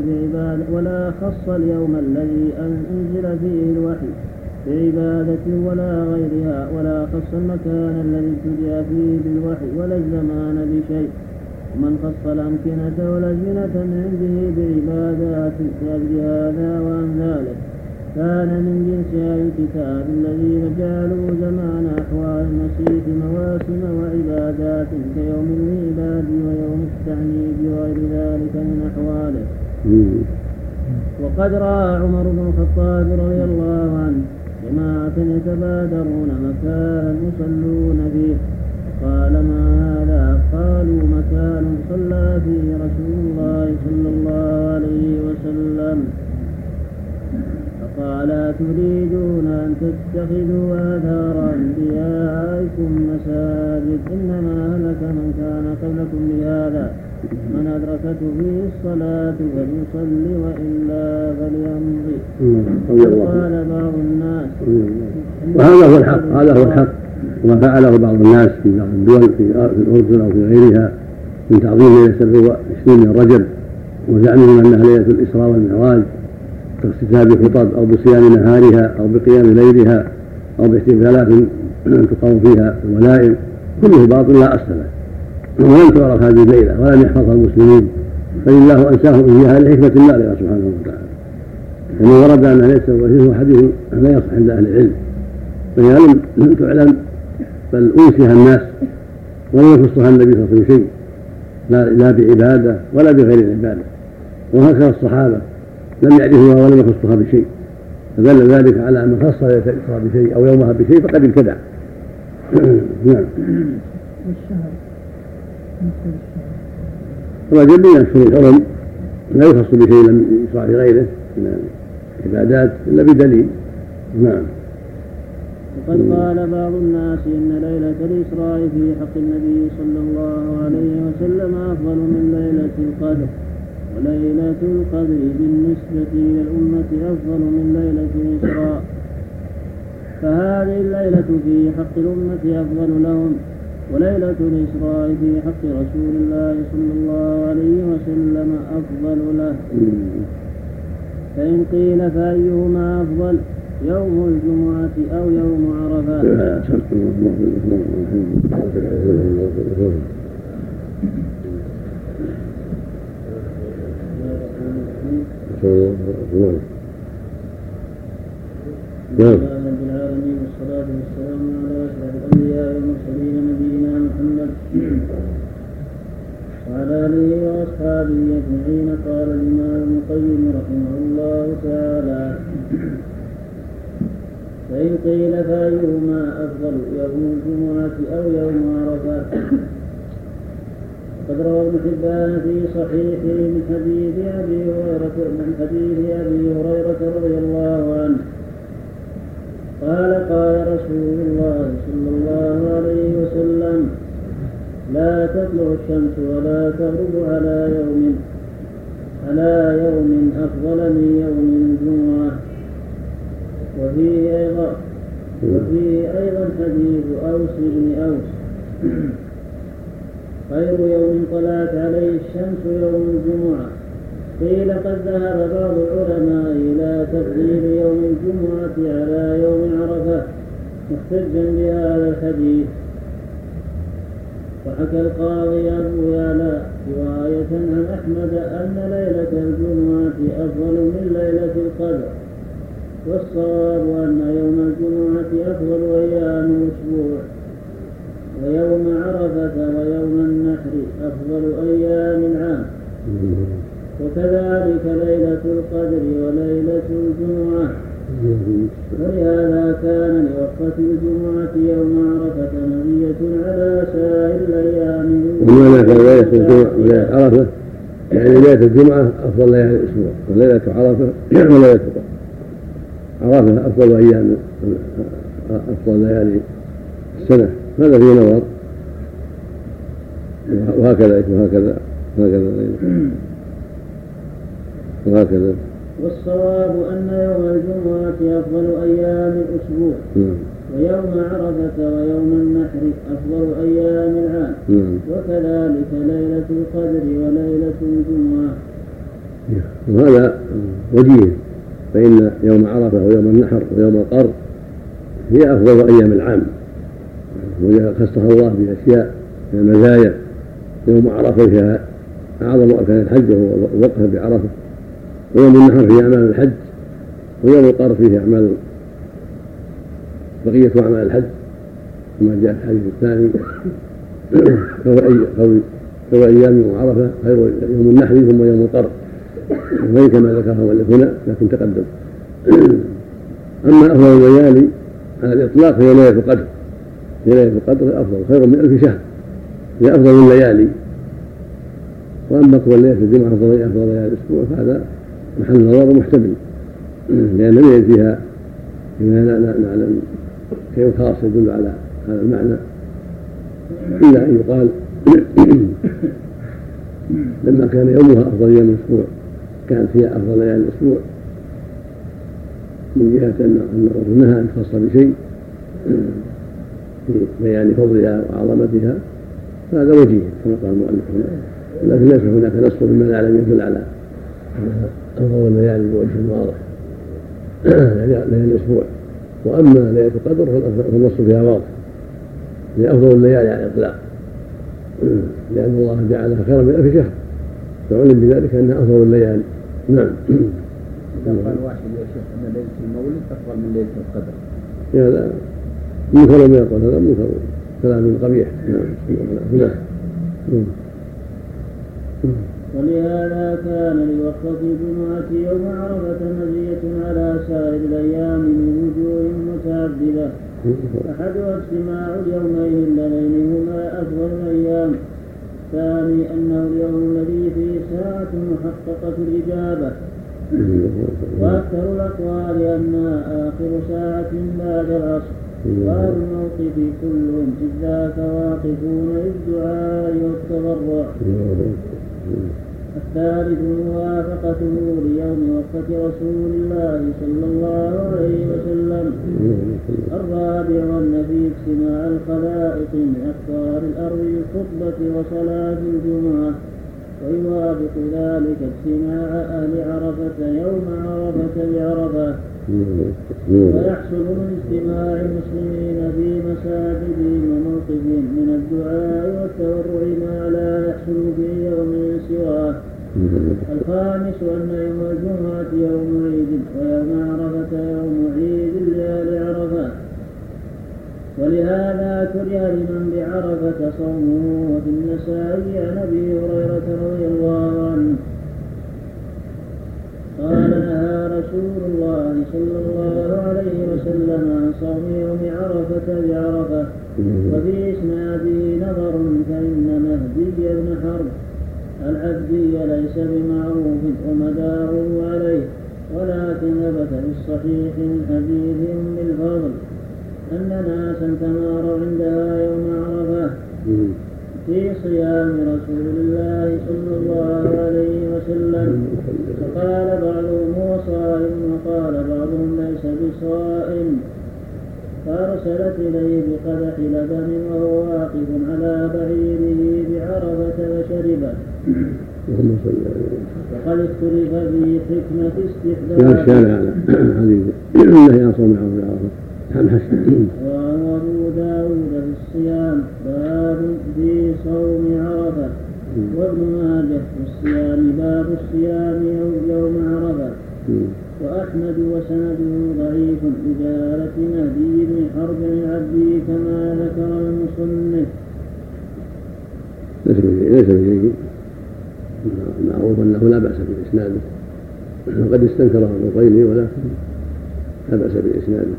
بعبادة ولا غيرها، ولا خص المكان الذي ابتدأ فيه بالوحي ولا الزمان بشيء. ومن خص الأمكنة والأزمنة من عنده بعبادات كأجل هذا وأمثاله كان من جنس أهل الكتاب الذين جعلوا زمان أحوال المسيح مواسم وعبادات كيوم الميلاد ويوم التعنيد وغير ذلك من أحواله. وقد رأى عمر بن الخطاب رضي الله عنه جماعة يتبادرون مكانا يصلون فيه، قال: ما هذا؟ قالوا: مكان صلى فيه رسول الله صلى الله عليه وسلم. فقال: تريدون أن تتخذوا آثار أنبيائكم مساجد؟ إنما هلك من كان قبلكم بهذا، من أدركته فيه الصلاة فليصلي وإلا فليمضي. قال بعض الناس، وهذا هو الحق، هذا هو الحق. وما فعله بعض الناس في بعض الدول في الأردن أو في غيرها من تعظيم ليلة 27 من رجب وزعمهم أنها ليلة الإسراء والمعراج، تخصيصها بخطب أو بصيام نهارها أو بقيام ليلها أو باحتفالات تقام فيها الولائم، كله باطل لا أصل له. ولم تعرف هذه الليلة ولم يحفظها المسلمين، فلله أنساهم إياها لحكمة بالغة سبحانه وتعالى. وما ورد أنها ليست وهو حديث لا يصح عند أهل العلم، فهي لم تعلم بل أنسها الناس ولم يخصها النبي صلى الله عليه وسلم شيء، لا بعبادة ولا بغير العبادة. وهكذا الصحابة لم يعرفها ولم يخصها بشيء، فدل ذلك على أن خص ليلة الإسراء بشيء أو يومها بشيء فقد ابتدع. نعم. الرجل من أشهر الحرم لا يخص بشيء لم يشرع في غيره من العبادات إلا بدليل. نعم. وقد قال بعض الناس إن ليلة الإسراء في حق النبي صلى الله عليه وسلم أفضل من ليلة القدر، وليلة القدر بالنسبة إلى الأمة أفضل من ليلة الإسراء، فهذه الليلة في حق الأمة أفضل لهم، وليلة الإسراء في حق رسول الله صلى الله عليه وسلم أفضل له. فإن قيل فأيهما أفضل، يوم الجمعة أو يوم عرفة؟ رب العالمين والصلاة والسلام على أشرف الأنبياء والمرسلين نبينا محمد وعلى آله وأصحابه أجمعين. قال الإمام ابن القيم رحمه الله تعالى: فإن قيل فأيهما أفضل، يوم الجمعة أو يوم عرفة؟ قد روى ابن حبان في صحيحه من حديث أبي هريرة رضي الله عنه قال: قال رسول الله صلى الله عليه وسلم: لا تطلع الشمس ولا تغرب على يوم أفضل من يوم الجمعة. وفيه أيضا حديث أوس بن أوس: خير يوم طلعت عليه الشمس يوم الجمعة. قيل: قد ذهب بعض العلماء إلى تفضيل يوم الجمعة على يوم عرفة محتجا بهذا الحديث. وحكى القاضي أبو يعلى رواية عن أحمد أن ليلة الجمعة أفضل من ليلة القدر، والصواب أن يوم الجمعة أفضل أيام الأسبوع، ويوم عرفة ويوم النحر أفضل أيام العام، وكذلك ليلة القدر وليلة الجمعة. ولهذا كان لوقت الجمعة يوم عرفة مزية على سائر الأيام. ومعنى ليلة الجمعة وليلة عرفة يعني ليلة الجمعة أفضل ليالي الأسبوع، وليلة عرفة وليلة القدر. عرفة أفضل ليالي السنة، هذا فيه نظر، وهكذا وهكذا. والصواب أن يوم الجمعة أفضل أيام الأسبوع، ويوم عرفة ويوم النحر أفضل أيام العام، وكذلك ليلة القدر وليلة الجمعة. وهذا وجيه، فإن يوم عرفة ويوم النحر ويوم القر هي أفضل أيام العام، وخصها الله بأشياء من المزايا. يوم عرفة فيها أعظم أركان الحج وهو الوقف بعرفة، ويوم النحر فيه أعمال الحج، ويوم القر فيه أعمال بقية أعمال الحج كما جاء في الحديث الثاني: فهو أيام يوم عرفة خير يوم النحر ثم يوم القر، وهي كما ذكرها مؤلف هنا لكن تقدم. أما أفضل الليالي على الإطلاق هي ليلة القدر. ليلة القدر أفضل، خير من 1000 شهر، هي أفضل الليالي. وأما كون ليلة الجمعة أفضل ليالي الأسبوع فهذا محل نظر محتمل، لأن لم يرد فيها بما نعلم شيء خاص يدل على هذا المعنى، إلا أن يقال لما كان يومها أفضل أيام الأسبوع كانت هي أفضل ليالي الأسبوع، من جهة أن النهى أن تخص بشيء في بيان فضلها وعظمتها، فهذا وجيه كما قال المؤلف هنا، لكن ليس هناك نص مما نعلم يدل على أفضل الليالي بوجه واضح ليالي الأسبوع. وأما ليلة القدر فالنص فيها واضح، هي أفضل الليالي على الإطلاق، لأن الله جعلها خيرا من 1000 شهر، فعلم بذلك أنها أفضل الليالي. نعم. قال واحد يا شيخ أن ليلة المولد أفضل من ليلة القدر، هذا منكر ما يقول، هذا منكر، كلام قبيح. نعم. ولهذا كان لوقفة الجمعة يوم عرفة مزية على سائر الأيام من وجوه متعددة. أحدها اجتماع اليومين اللذين هما أفضل الأيام. الثاني أنه اليوم الذي فيه ساعة محققة الإجابة. وأكثر الأقوال أنها آخر ساعة بعد العصر. وأهل الموقف كلهم إذ ذاك واقفون للدعاء والتضرع. الثالث موافقته ليوم وقفة رسول الله صلى الله عليه وسلم. الرابع أن في اجتماع الخلائق من أقطار الأرض الخطبة وصلاة الجمعة. ويوافق ذلك اجتماع أهل عرفة يوم عرفة بعرفة. ويحصل من اجتماع المسلمين في مساجدهم وموقفهم من الدعاء والتورع ما لا يحصل في يوم سواه. الخامس أن يوم الجمعة يوم عيد ويوم عرفة يوم عيد لأهل عرفة. ولهذا كره لمن بعرفة صومه. وفي النسائي عن أبي هريرة رضي الله عنه قال نهى رسول الله صلى الله عليه وسلم عن صوم يوم عرفة بعرفة. وفي إسناده نظر فإن مهدي بن حرب العبدي ليس بمعروف ومداره عليه. ولكن ثبت في الصحيح من حديث أم الفضل أن ناسا تماروا عندها يوم عرفة في صيام رسول الله صلى الله عليه وسلم. فقال بعضهم هو صائم وقال بعضهم ليس بصائم. فأرسلت إليه بقدح لبن وهو واقف على بعيره بعرفة فشربه. وقد اختلف في حكمة استحباب وأبو داود في الصيام باب في صوم عرفة. وابن ماجه في الصيام باب الصيام يوم عرفة. وأحمد وسنده ضعيف بجالة مهدي بن حرب العبدي كما ذكر المصنف. ليس بجيد. معروف أنه لا بأس بإسناده وقد استنكره الرقيلي ولكن لا بأس بإسناده.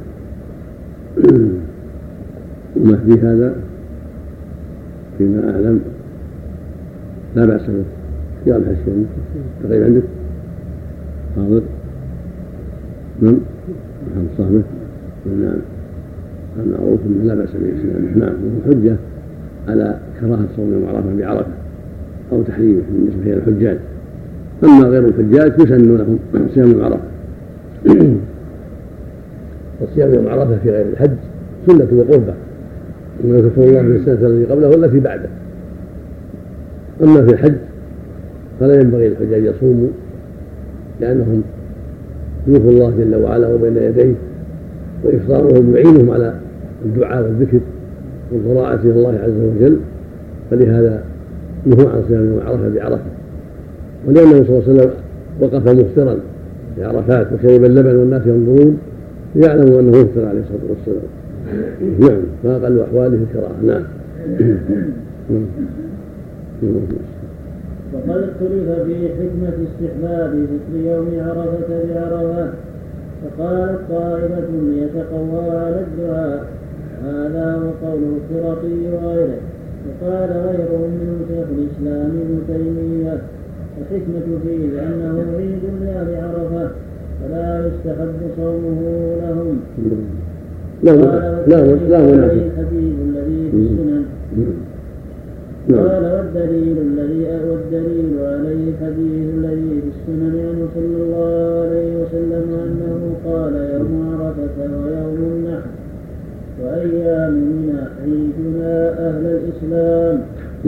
ومهدي هذا فيما أعلم لا بأس به. يا الحسين تقريبا عندك حاضر نعم محمد صاحبه نعم المعروف أنه لا بأس بإسناده. نعم وهو حجة على كراهة صوم يوم عرفة بعرفة أو تحريمه بالنسبة للحجاج. أما غير الحجاج يسن لهم صيام يوم عرفة. وصيام يوم عرفة في غير الحج سنة وقربة وما يكفر الله في السنة التي قبله والتي بعده. أما في الحج فلا ينبغي للحجاج يصوموا لأنهم ضيوف الله جل وعلا وبين يديه وإفطارهم يعينهم على الدعاء والذكر والضراعة إلى الله عز وجل. فلهذا نهوا عن صيام يوم عرفة بعرفة. ولأنه صلى الله عليه وسلم وقف مفطرا في عرفات وشرب اللبن والناس ينظرون يعلموا أنه مفطر عليه الصلاة والسلام. نعم فأقل أحواله الكراهة. نعم. وقد اختلف في حكمة استحباب فطر يوم عرفة بعرفة. فقالت طائفة ليتقوى على الدعاء هذا وقول القرطي وغيره. وقال غيرهم من شيخ الإسلام ابن تيمية الحكمة فيه أنه عيد لأهل عرفة فلا يستحب صومه لهم. لا الحديث الذي في السنن. قال والدليل عليه الحديث الذي في السنن عنه صلى الله عليه وسلم أنه قال يوم عرفة ويوم النحر وأيامنا عيدنا أهل الإسلام.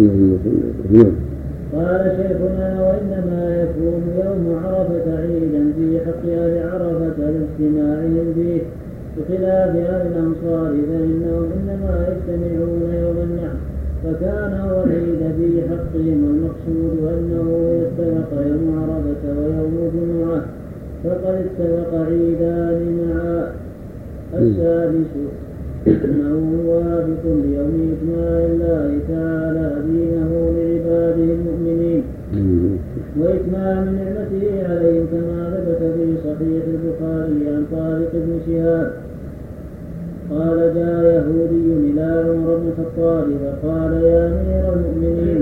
قال شيخنا وإنما يكون يوم عرفة عيدا في حق أهل عرفة لاجتماعهم فيه بخلاف أهل الأمصار فإنهم إنما يجتمعون يوم النحر فكان هو العيد في حقهم. والمقصود أنه يتفق يوم عرفة ويوم جمعة فقد اتفق عيدان معا. السادس أنه وافق ليوم إكمال الله تعالى دينه لعباده المؤمنين وإتمام نعمته عليهم كما ثبت في صحيح البخاري عن طارق بن شهاب قال جاء يهودي إلى عمر بن الخطاب فقال يا أمير المؤمنين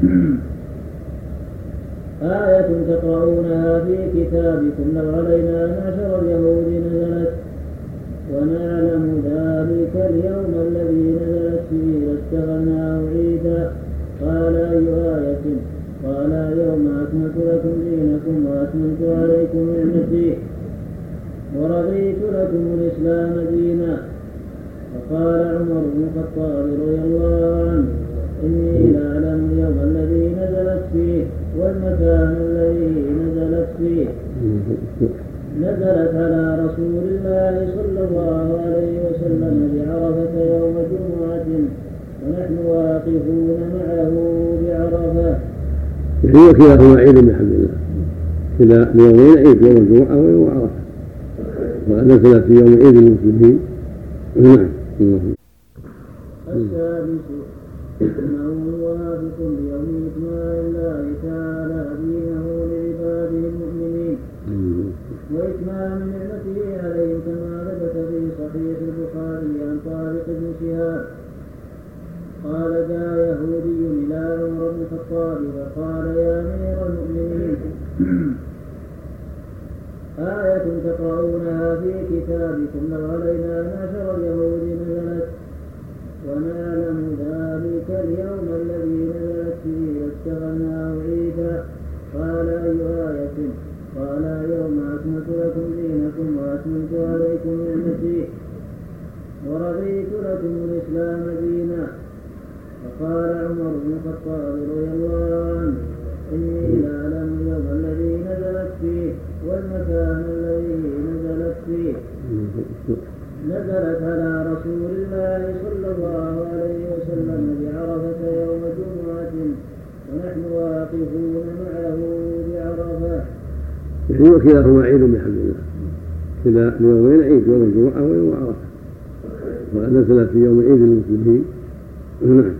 آية تقرؤونها في كتابكم لو علينا معشر اليهود نزلت ونعلم ذلك اليوم الذي نزلت فيه لاتخذناه عيدا. قال أي آية؟ قال يوم أكملت لكم دينكم وأتممت عليكم نعمتي ورضيت لكم الإسلام دينا. فقال عمر بن الخطاب رضي الله عنه إني لأعلم اليوم الذي نزلت فيه والمكان الذي نزلت فيه. نزلت على رسول الله صلى الله عليه وسلم بعرفة يوم جمعة ونحن واقفون معه بعرفة. يعني وكلاهما عيد بحمد الله، كلا اليومين عيد، يوم الجمعة ويوم عرفة، ونزلت في يوم عيد المسلمين. نعم. السادس أنه موافق ليوم إكمال الله تعالى دينه لعباده المؤمنين وإتمام نعمته عليهم كما ثبت في صحيح البخاري عن طارق بن شهاب قال جاء يهودي إلى عمر بن الخطاب فقال يا أمير المؤمنين آية تقرؤونها في كتابكم لو علينا معشر اليهود نزلت ونعلم ذلك اليوم الذي نزلت فيه لاتخذناه عيدا. قال أي آية؟ قال يوم أكملت لكم دينكم وأتممت عليكم نعمتي ورضيت لكم الإسلام دينا. فقال عمر بن الخطاب رضي الله عنه إني لأعلم اليوم الذي نزلت فيه والمكان الذي نزلت فيه. نزلت على رسول الله صلى الله عليه وسلم بعرفة يوم جمعة ونحن واقفون معه بعرفة. يعني وكلاهما عيد بحمد الله، كلا اليومين عيد، يوم الجمعة ويوم عرفة، ونزلت في يوم عيد المسلمين. نعم.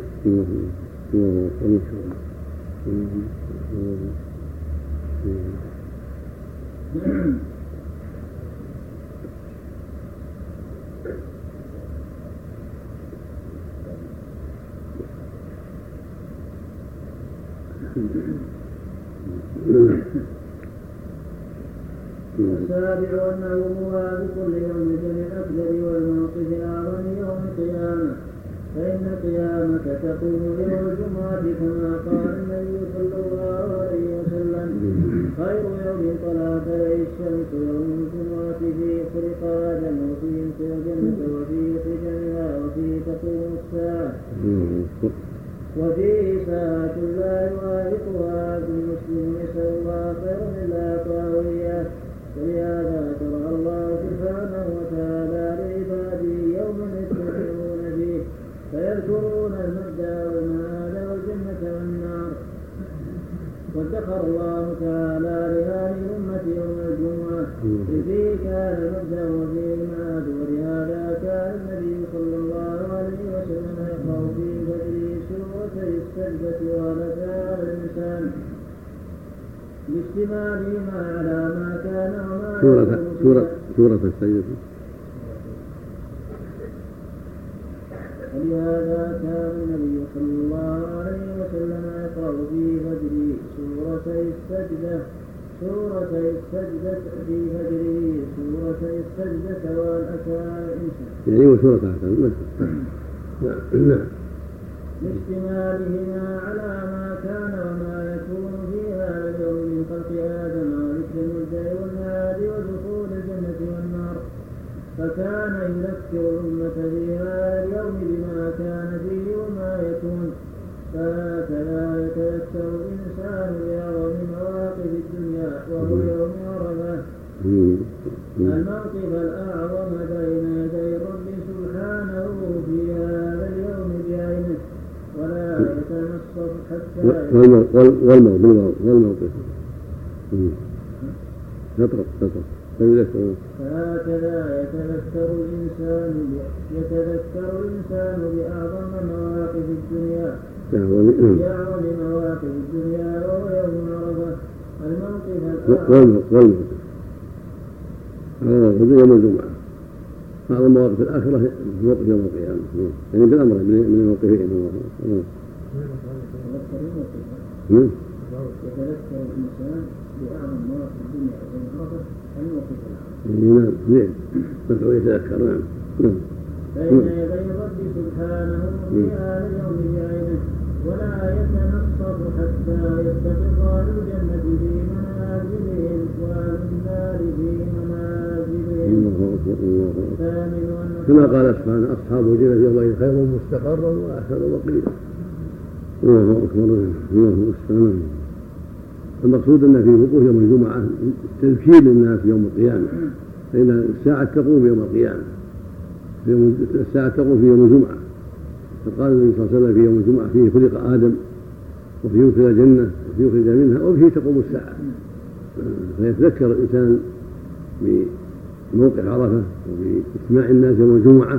السابع أنه موافق ليوم الجمع الأكبر والموقف الأعظم يوم القيامة، فإن القيامة تقوم يوم الجمعة كما قال النبي صلى الله عليه وسلم خير يوم طلعت عليه الشمس يوم الجمعة فيه خلق آدم وفيه يدخل الجنة وفيه خجلها وفيه تقوم الساعة وفيه ساعة لا يوافقها عبد مسلم يسأل الله خيرا إلا أعطاه إياه. ولهذا شرع الله سبحانه وتعالى لعباده يوما يجتمعون فيه فيذكرون المبدأ والمآل والجنة والنار. وذكر الله تعالى لهذه الأمة يوم الجمعة فيه كان المبدأ وفيه المآل. ولهذا كان النبي صلى الله عليه وسلم يقرأ في بدره سورة السجدة وركع الإنسان لاجتماعهما على ما كان وما سورة السجدة. ولهذا كان النبي صلى الله عليه وسلم يقرأ في فجره سورة السجدة في فجره سورة السجدة والأكوان الإنسان. يعني وسورة الأكوان. نعم. لاجتماعهما على ما كان وما يكون في هذا اليوم من خلق آدم وذكر المبدأ والمعاد ودخول الجنة والنار. فكان يذكر الأمة في هذا اليوم بما كان فيه وما يكون. فهكذا يتذكر الإنسان بأعظم مواقف الدنيا وهو يوم عرفة، الموقف الأعظم بين يدي الرب سبحانه في هذا اليوم بعينه ولا يتنصف حتى والموقف نطرق فهكذا يتذكر الإنسان بأعظم مواقف الدنيا وهو يوم عرفة والموقف هذا يوم الجمعة. بعض المواقف الآخرة في موقف يوم القيامة، يعني بالأمر من الموقفين. يتذكر الإنسان بأعظم مواقف الدنيا وإن عرفت الموقف الآخر. نعم مدعو يتذكر. نعم فإن يدي الرب سبحانه في هذا اليوم بعينه ولا يتنصف حتى يستقر أهل الجنة في منازلهم وأهل النار في منازلهم. كما قال سبحانه أصحاب الجنة يومئذ خير مستقرا وأحسن مقيلا. الله أكبر. الله أكبر. المقصود أن في وقوف يوم الجمعة تذكير للناس يوم القيامة، فإن الساعة تقوم يوم القيامة، الساعة تقوم في يوم الجمعة. فقال النبي صلى الله عليه وسلم في يوم الجمعة فيه خلق آدم وفيه يدخل الجنة وفيه يخرج منها وفيه تقوم الساعة. فيتذكر الإنسان بموقف عرفة وباجتماع الناس يوم الجمعة،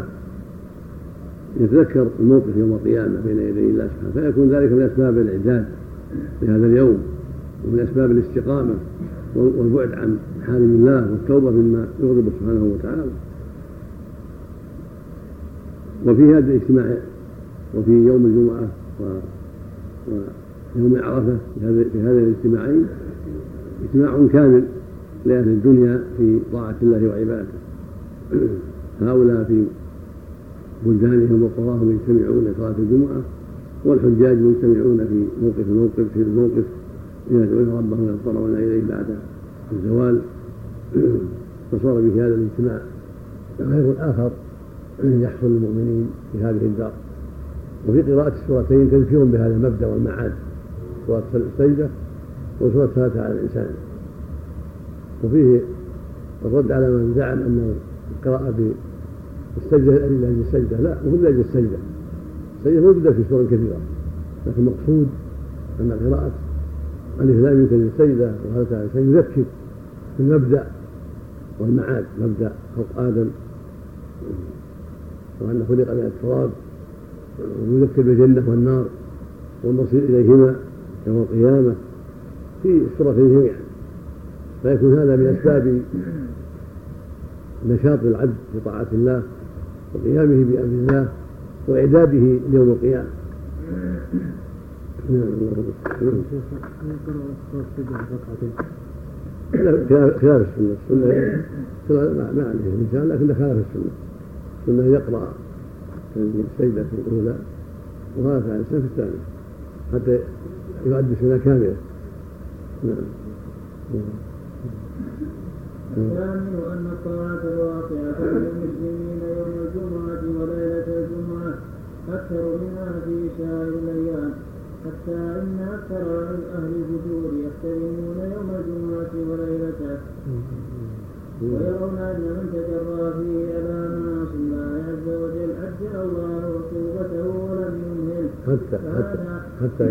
يتذكر الموقف يوم القيامة بين يدي الله سبحانه، فيكون ذلك من أسباب الإعداد لهذا اليوم ومن أسباب الاستقامة والبعد عن حارم الله والتوبة مما يغضب سبحانه وتعالى. وفي هذا الاجتماع وفي يوم الجمعة ويوم عرفة في هذين الاجتماعين اجتماع كامل لأهل الدنيا في طاعة الله وعبادته. هؤلاء في بلدانهم وقراهم يجتمعون لصلاة الجمعة، والحجاج مجتمعون في الموقف يدعون ربهم ويضطرون إليه بعد الزوال. فصار به هذا الاجتماع خير آخر يحصل للمؤمنين في هذه الدار. وفي قراءة السورتين تذكير بهذا المبدأ والمعاد، سورة السجدة وسورة فاتحة على الإنسان. وفيه الرد على من زعم أن القراءة بالسجدة لأجل السجدة، لا، مو لأجل السجدة. السجدة موجودة في سور كثيرة، لكن المقصود أن قراءة الإسلام لأجل السجدة وهذا على الإنسان يذكر بالمبدأ والمعاد، مبدأ خلق آدم وأنه خلق من التراب، ويذكر بالجنة والنار والمصير إليهما يوم القيامة في السورتين جميعا. فيكون هذا من أسباب نشاط العبد في طاعة الله وقيامه بأمر الله وإعداده ليوم القيامة. خلاف السنة ما عليه الإنسان، لكن خلاف السنة. السنة يقرأ السجدة في الأولى وهذا فعل السنة في الثانية حتى يؤدي السنة كاملة. الثامن أن الطاعة الواقعة للمسلمين يوم الجمعة وليلة الجمعة أكثر منها في سائر الأيام، حتى إن أكثر أهل الفجور يحترمون يوم الجمعة وليلته ويرون أن من تجرى فيه على معاصي الله عز وجل عجل الله عقوبته ولم يمهل حتى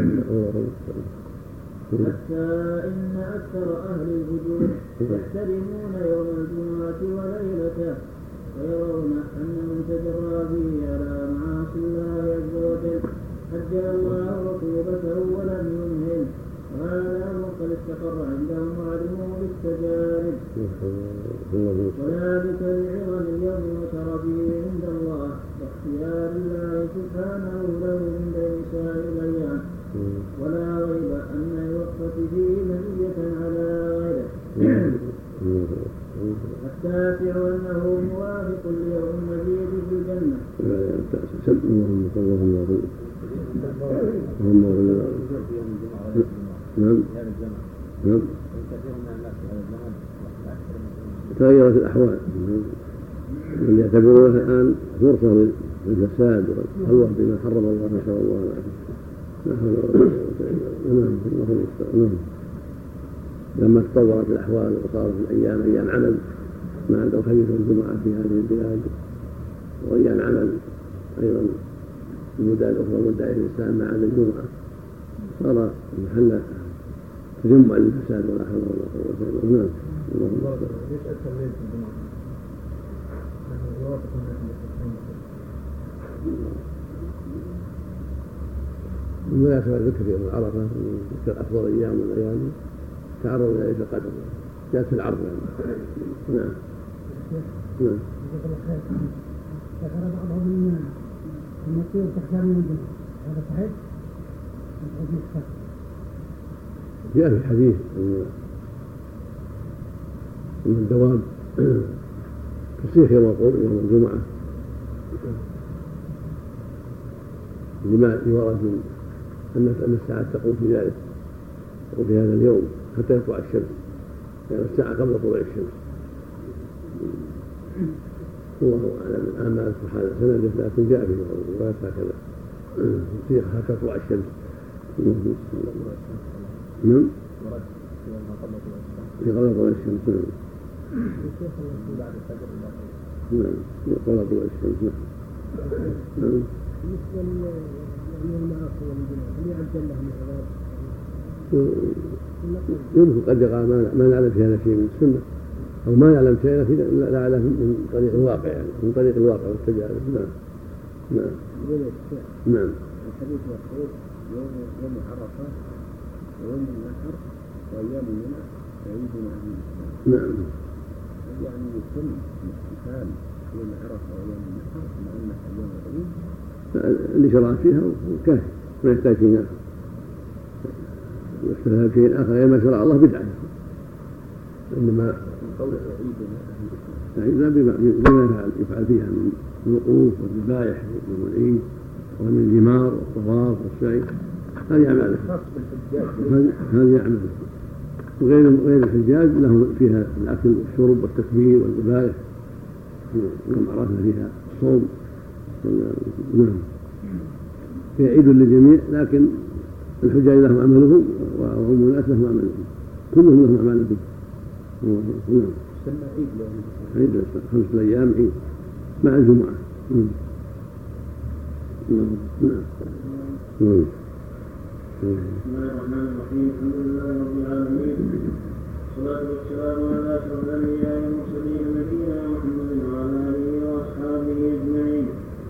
إن أكثر أهل الفجور يحترمون يوم الجمعة وليلته ويرون أن من تجرى فيه على معاصي الله عز وجل عجل الله عقوبته ولم يمهل. وهذا أمر قد استقر عندهم وعلموا بالتجارب، وذلك لعظم اليوم وشرفه عند الله واختيار الله سبحانه له من بين سائر الأيام، ولا ريب أن الوقفة فيه مزية على غيره. التاسع أنه موافق ليوم المزيد في الجنة. نعم. تغيرت الأحوال، اللي يعتبرونها الآن فرصة للفساد والخلوة بما حرم الله، نسأل الله العافية. لما تطورت الأحوال وصارت الأيام أيام عمل، ما عندهم خميس والجمعة في هذه البلاد، وأيام عمل أيضا المدة الأخرى مدة الإسلام ما عدا الجمعة، صار محل تجمع للفساد ولا حول ولا قوة إلا بالله. اللهم صل بمناسبة ذكر يوم عرفة، ذكر أفضل أيام والليالي، تعرض إلى ليلة القدر جاءت في العرض يعني. نعم. نعم. ذكر بعضهم من المسير تختار من الجنة، هذا صحيح؟ جاء في الحديث أن الدواب تصيح يوم الجمعة لما يورد أن الساعة تقوم في ذلك، تقوم في هذا اليوم حتى يطلع الشمس، يعني الساعة قبل طلوع الشمس. الله أعلم الآن سبحانه سنده، لكن جاء في الروايات هكذا تصيح حتى تطلع الشمس. نعم. في قبل طلوع الشمس. نعم. قبل طلوع الشمس. نعم. يمكن قد يقع ما نعلم في هذا شيء من السنة، أو ما يعلم شيء لا يعلم من طريق الواقع، يعني من طريق الواقع والتجارب. نعم. نعم. نعم. الحديث يقول يوم عرفة ويوم النحر وأيام منى يعيدون عن الإسلام. نعم. يعني يتم الاحتفال يوم عرفة ويوم النحر مع أنها يوم العيد اللي شرع فيها وكافي ما يحتاج شيء آخر. واختلاف شيء آخر ما شرع الله بدعة، إنما قول عيدنا بما يفعل فيها من الوقوف والذبائح يوم العيد ومن الجمار والطواف والسعي، هذه أعماله. هذه أعماله. وغير الحجاج له فيها الأكل والشرب والتكبير والذبائح، كما عرفنا فيها الصوم. نعم. في عيد للجميع، لكن الحجاج لهم عملهم والعمومات لهم عملهم، كلهم لهم عمل به. نعم. عيد 5 أيام عيد مع الجمعة. نعم. نعم. بسم الله الرحمن الرحيم. الحمد لله رب العالمين، والصلاة والسلام على أشرف الأنبياء والمرسلين نبينا محمد وعلى آله وأصحابه أجمعين.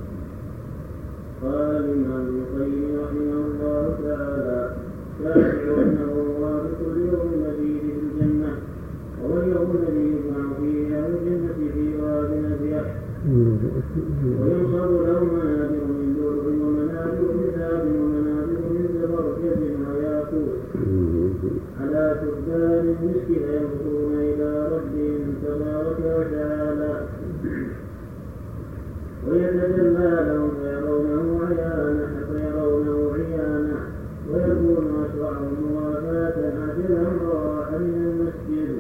قال الإمام ابن القيم رحمه الله تعالى: شافع أنه موافق اليوم الذي في الجنة، وهو اليوم الذي يجمع فيه أهل الجنة في واد أبيض، وينصب لهم منابر من درع ومنابر من ذهب ومنابر من زبرجد وياقوت على تبان المسك، فينظرون إلى ربهم تبارك وتعالى ويتجلى لهم فيرونه عيانا ويكون أسرعهم موافاة أجلا راح من المسجد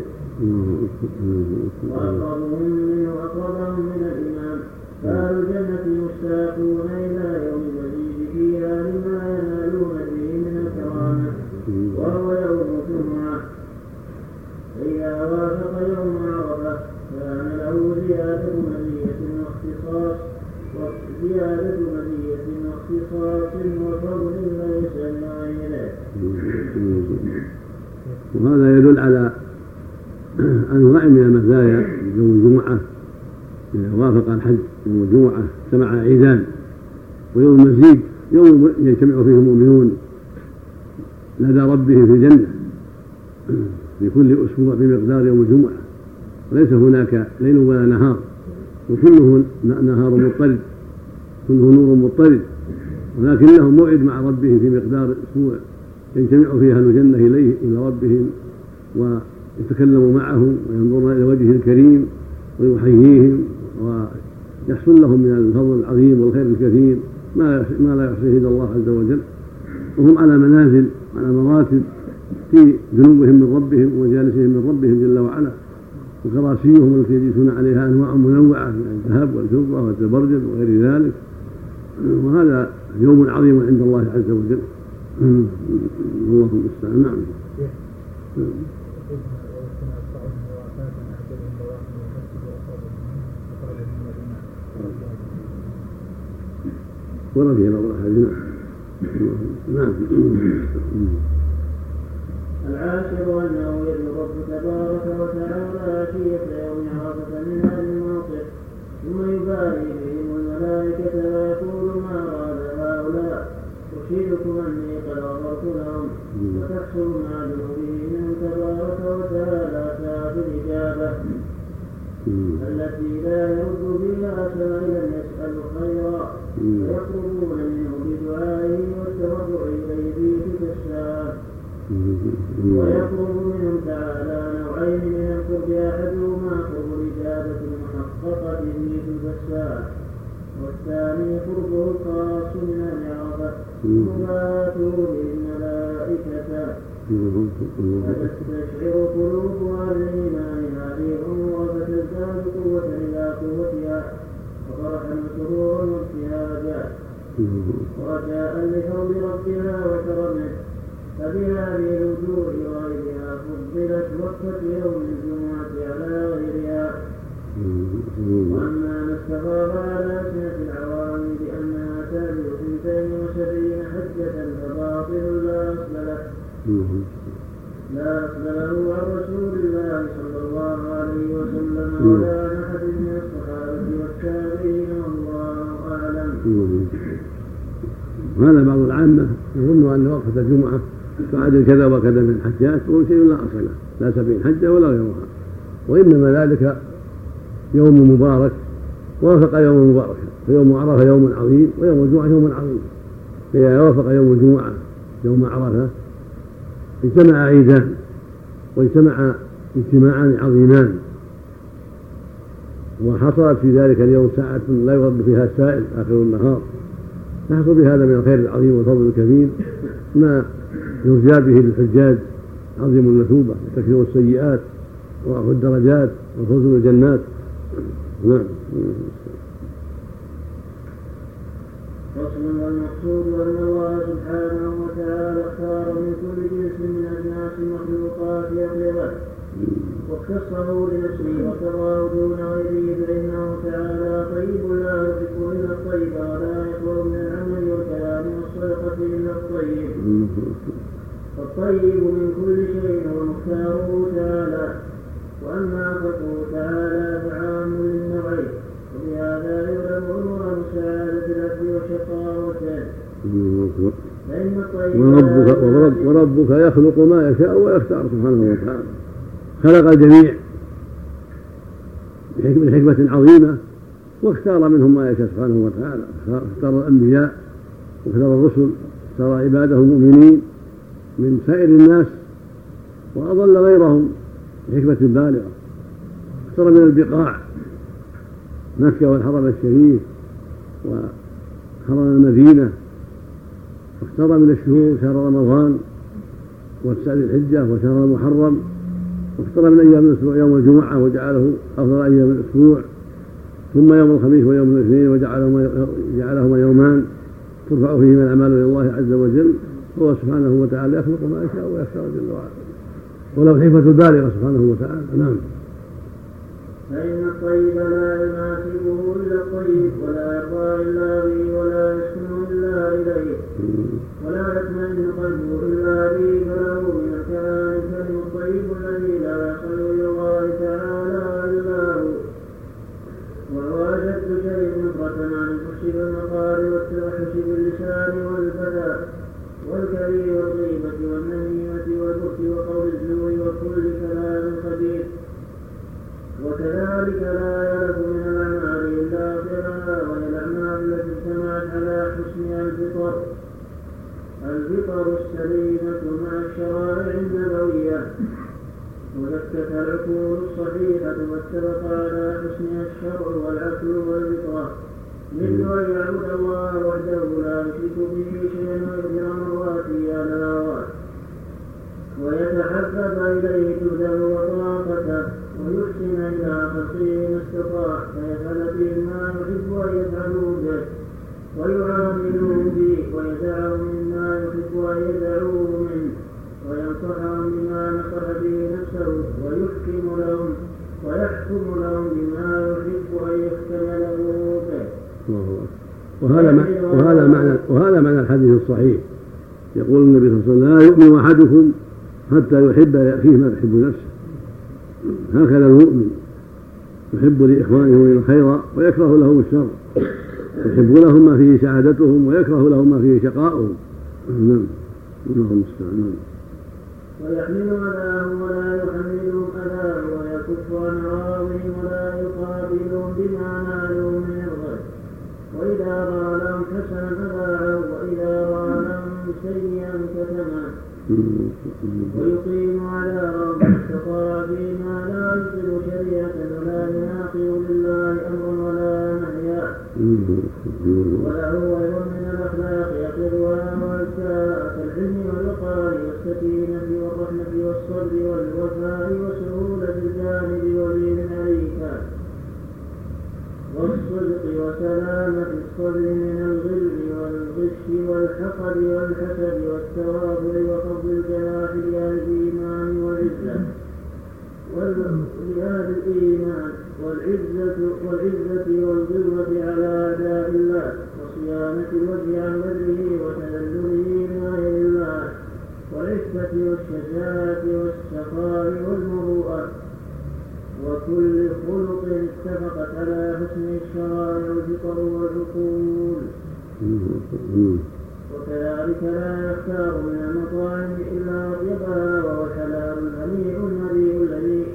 وأقربهم من الإمام. فأهل الجنة مشتاقون إلى يوم المزيد فيها لما ينالون فيه من الكرامة، وهو يوم الجمعة. فإذا وافق يوم عرفة كان له زيادة مزية واختصاص وفضل ليس لغيره. وهذا يدل على أنواع من المزايا يوم الجمعة. إذا وافق الحج يوم الجمعة اجتمع عيدان، ويوم المزيد يوم يجتمع فيه المؤمنون لدى ربهم في الجنة في كل أسبوع بمقدار يوم الجمعة، وليس هناك ليل ولا نهار، وكله نهار مضطرد، كله نور مضطرد، ولكن لهم موعد مع ربهم في مقدار أسبوع يجتمع فيه أهل الجنة إلى ربهم ويتكلموا معهم وينظرون إلى وجهه الكريم ويحييهم، ويحصل لهم من الفضل العظيم والخير الكثير ما لا يحصيه إلا الله عز وجل. وهم على منازل وعلى مراتب في جنوبهم من ربهم ومجالسهم من ربهم جل وعلا، وكراسيهم التي يجلسون عليها أنواع منوعة من الذهب والفضة والزبرجد وغير ذلك. وهذا يوم عظيم عند الله عز وجل. الله المستعان. نعم. ورد في بعض الأحاديث. نعم. العاشر أنه يدعو الرب تبارك وتعالى عشية يوم عرفة من أهل الموقف، ثم يبارك بهم الملائكة ويقول: ما أراد هؤلاء أشهدكم أني قد غفرت لهم، وتحصل مع ذنوبهم من تبارك وتعالى ساعة الإجابة التي لا يرد فيها سائلا يسأل خيرا فيطلبون منه بدعائه والتوضع إليه في تلك الساعة. ويطلب منهم تعالى نوعين من القرب أحدهما قرب الإجابة المحققة في تلك الساعة والثاني قربه الخاص من العرفة مباته بالملائكة فتستشعر قلوبها الإيمان هذه الأمور فتزداد قوة إلى قوتها وفرحا وسرورا وابتهاجا ورجاء لفضل ربها وكرمه. فبهذه الوجوه وغيرها فضلت وقفة يوم الجمعة على غيرها. وأما ما استفاض على ألسنة العوام بأنها تعدل 72 حجة فباطل لا أصل له عن رسول الله صلى الله عليه وسلم ولا عن أحد من الصحابة والتابعين والله أعلم. وهذا بعض العامة يظن أن وقفة الجمعة تعادل كذا وكذا من الحجات وهو شيء لا أصل له، لا 70 حجة ولا غيرها، وإنما ذلك يوم مبارك وافق يوم مبارك، فيوم عرفة يوم عظيم ويوم الجمعة يوم عظيم، فإذا وافق يوم الجمعة يوم عرفة اجتمع عيدان واجتمع اجتماعان عظيمان، وحصلت في ذلك اليوم ساعة لا يرد فيها السائل آخر النهار، نحصل بهذا من الخير العظيم والفضل الكبير ما يرجى به للحجاج عظيم المثوبة وتكفير السيئات ورفع الدرجات والفوز بالجنات. نعم. فصل. والمقصود أن الله سبحانه وتعالى اختار من كل جنس من أجناس المخلوقات يطلبه واختصه لنفسه وقضاه دون غيره، فإنه تعالى طيب لا يحب إلا الطيب ولا يقبل من العمل والكلام والصدقة إلا الطيب. فالطيب من كل شيء هو مختاره تعالى. وأما خلقه تعالى فعام للنوعين، وبهذا يعلم عنوان سعادة العبد وشقاوته. وربك يخلق ما يشاء ويختار سبحانه وتعالى، خلق الجميع بحكمة عظيمة واختار منهم ما يشاء سبحانه وتعالى، اختار الأنبياء واختار الرسل، اختار عباده المؤمنين من سائر الناس وأضل غيرهم بحكمة بالغة. اختار من البقاع مكة والحرم الشريف وحرم المدينة، واختار من الشهور شهر رمضان والسعد الحجة وشهر المحرم، واختار من أيام الأسبوع يوم الجمعة وجعله أفضل أيام الأسبوع، ثم يوم الخميس ويوم الاثنين وجعلهما يومان ترفع فيهما الأعمال إلى الله عز وجل. هو سبحانه وتعالى يخلق ما يشاء ويختار جل وعلا، ولو حكمة بالغة سبحانه وتعالى. نعم. فإن الطيب لا يناسبه إلا الطيب ولا يرضى إلا به ولا يسكن إلا إليه ولا يطمئن قلبه إلا به، فله من الكلام الكلم الطيب الذي لا يصل إلى الله تعالى إلا هو، وهو أشد شيء نفرة عن الفحش بالمقال والتوحش باللسان والفتى والكريم والغيبة والنميمة والبخل وقول الزور وكل كلام خبيث. وكذلك لا يلف من الأعمال إلا خيرها، وهي الأعمال التي اجتمعت على حسنها الفطر السليمة مع الشرائع النبوية، وزكت العقول الصحيحة واتفق على حسنها الشرع والعقل والفطرة، مثل أن يعبد الله وحده لا يشرك به شيئا ويغفر مرواته على الهوات ويتحبب إليه جهده وطاقته ويحسن إلى خلقه ما استطاع، فيفعل به ما يحب أن يفعلوا به ويعاملوا به ويدعوا مما يحب أن يدعوه منه وينصحهم بما نصح به نفسه ويحكم لهم بما يحب أن يحكم له به. وهذا معنى الحديث الصحيح. يقول النبي صلى الله عليه وسلم: لا يؤمن أحدكم حتى يحب لأخيه ما يحب نفسه. هكذا المؤمن يحب لإخوانه الخير ويكره لهم الشر، يحب لهم ما فيه سعادتهم ويكره لهم ما فيه شقاؤهم. اللهم المستعان. ويحمل أذاهم ولا يحملهم أذاه ويكف عن عراضهم ولا يقابلهم بما نالوا من الغد وإذا رأى لهم حسنا أذاعه وإذا رأى لهم سيئا كتمه ويقيم على رب استطاع فيما لا يبطل شريعة ولا يناقض لله أمرا ولا نهيا وله غير من الأخلاق يقرها والكاء كالعلم والوقار والسكينة والرحمة والصبر والوفاء وسهولة الجانب ولين عليك والصدق وسلامة الصبر من الغل والغش والحقد والحسد والتوافر وخفض الجناح لأهل الإيمان والعزة ولأهل الإيمان والعزة والقدرة على أعداء الله وصيانة الوجه عن بدره وتذلله لغير الله والعفة والشجاعة والسخاء والمروءة وكل خلق اتفقت على حسن الشرائع والفطر والعقول وكذلك لا يختار من المطاعم إلا أطيبها وهو الحلال الهنيء المريء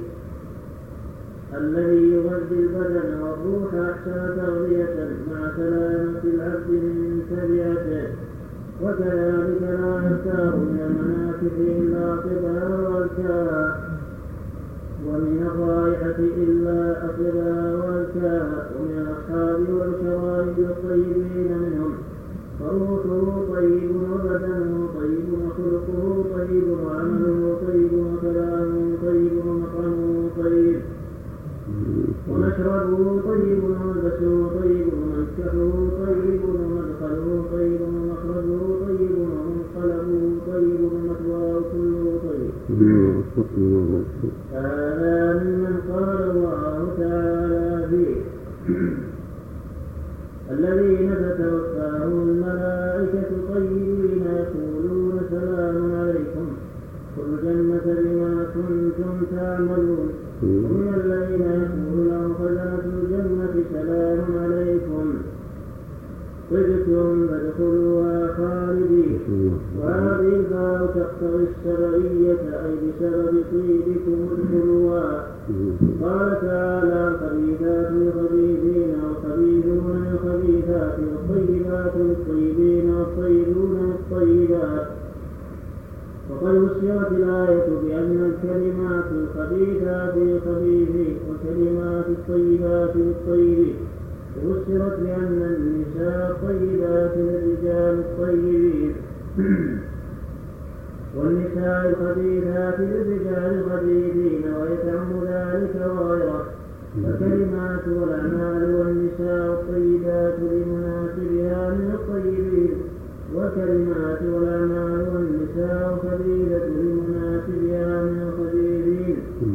الذي يغذي البدن والروح أحسن تغذية مع سلامة العبد من تبعته وكذلك لا يختار من المناكح إلا أطيبها وأزكاها ومن الرائحة إلا أطيبها وأزكاها ومن الأصحاب والشرائب الطيبين منهم فروحه طيب وبدنه طيب وخلقه طيب وعمله طيب وكلامه طيب ومطعمه طيب ومشربه طيب وملبسه طيب ومنكحه طيب ومدخله طيب ومخرجه طيب ومنقلبه طيب ومثواه كله طيب. هذا ممن قال الله تعالى فيه الذين تتوفاهم الملائكة طيبين يقولون سلام عليكم ادخلوا الجنة بما كنتم تعملون ومن الذين يقول لهم خزنة الجنة سلام عليكم طبتم فادخلوها خالدين وهذه الباء تقتضي السبعية أي بسبب طيبكم ادخلوها. قال تعالى الخبيثات للخبيثين والخبيثون للخبيثات والطيبات للطيبين والطيبون للطيبات. وقد فسرت الآية بأن الكلمات الخبيثات للخبيثين والكلمات الطيبات للطيبين وفسرت بأن النساء الطيبات للرجال الطيبين والنساء الخبيثات للرجال الخبيثين ويتعم ذلك وغيره فالكلمات والأعمال والنساء الطيبات لمناسبها من الطيبين والكلمات والأعمال والنساء الخبيثة لمناسبها من الخبيثين.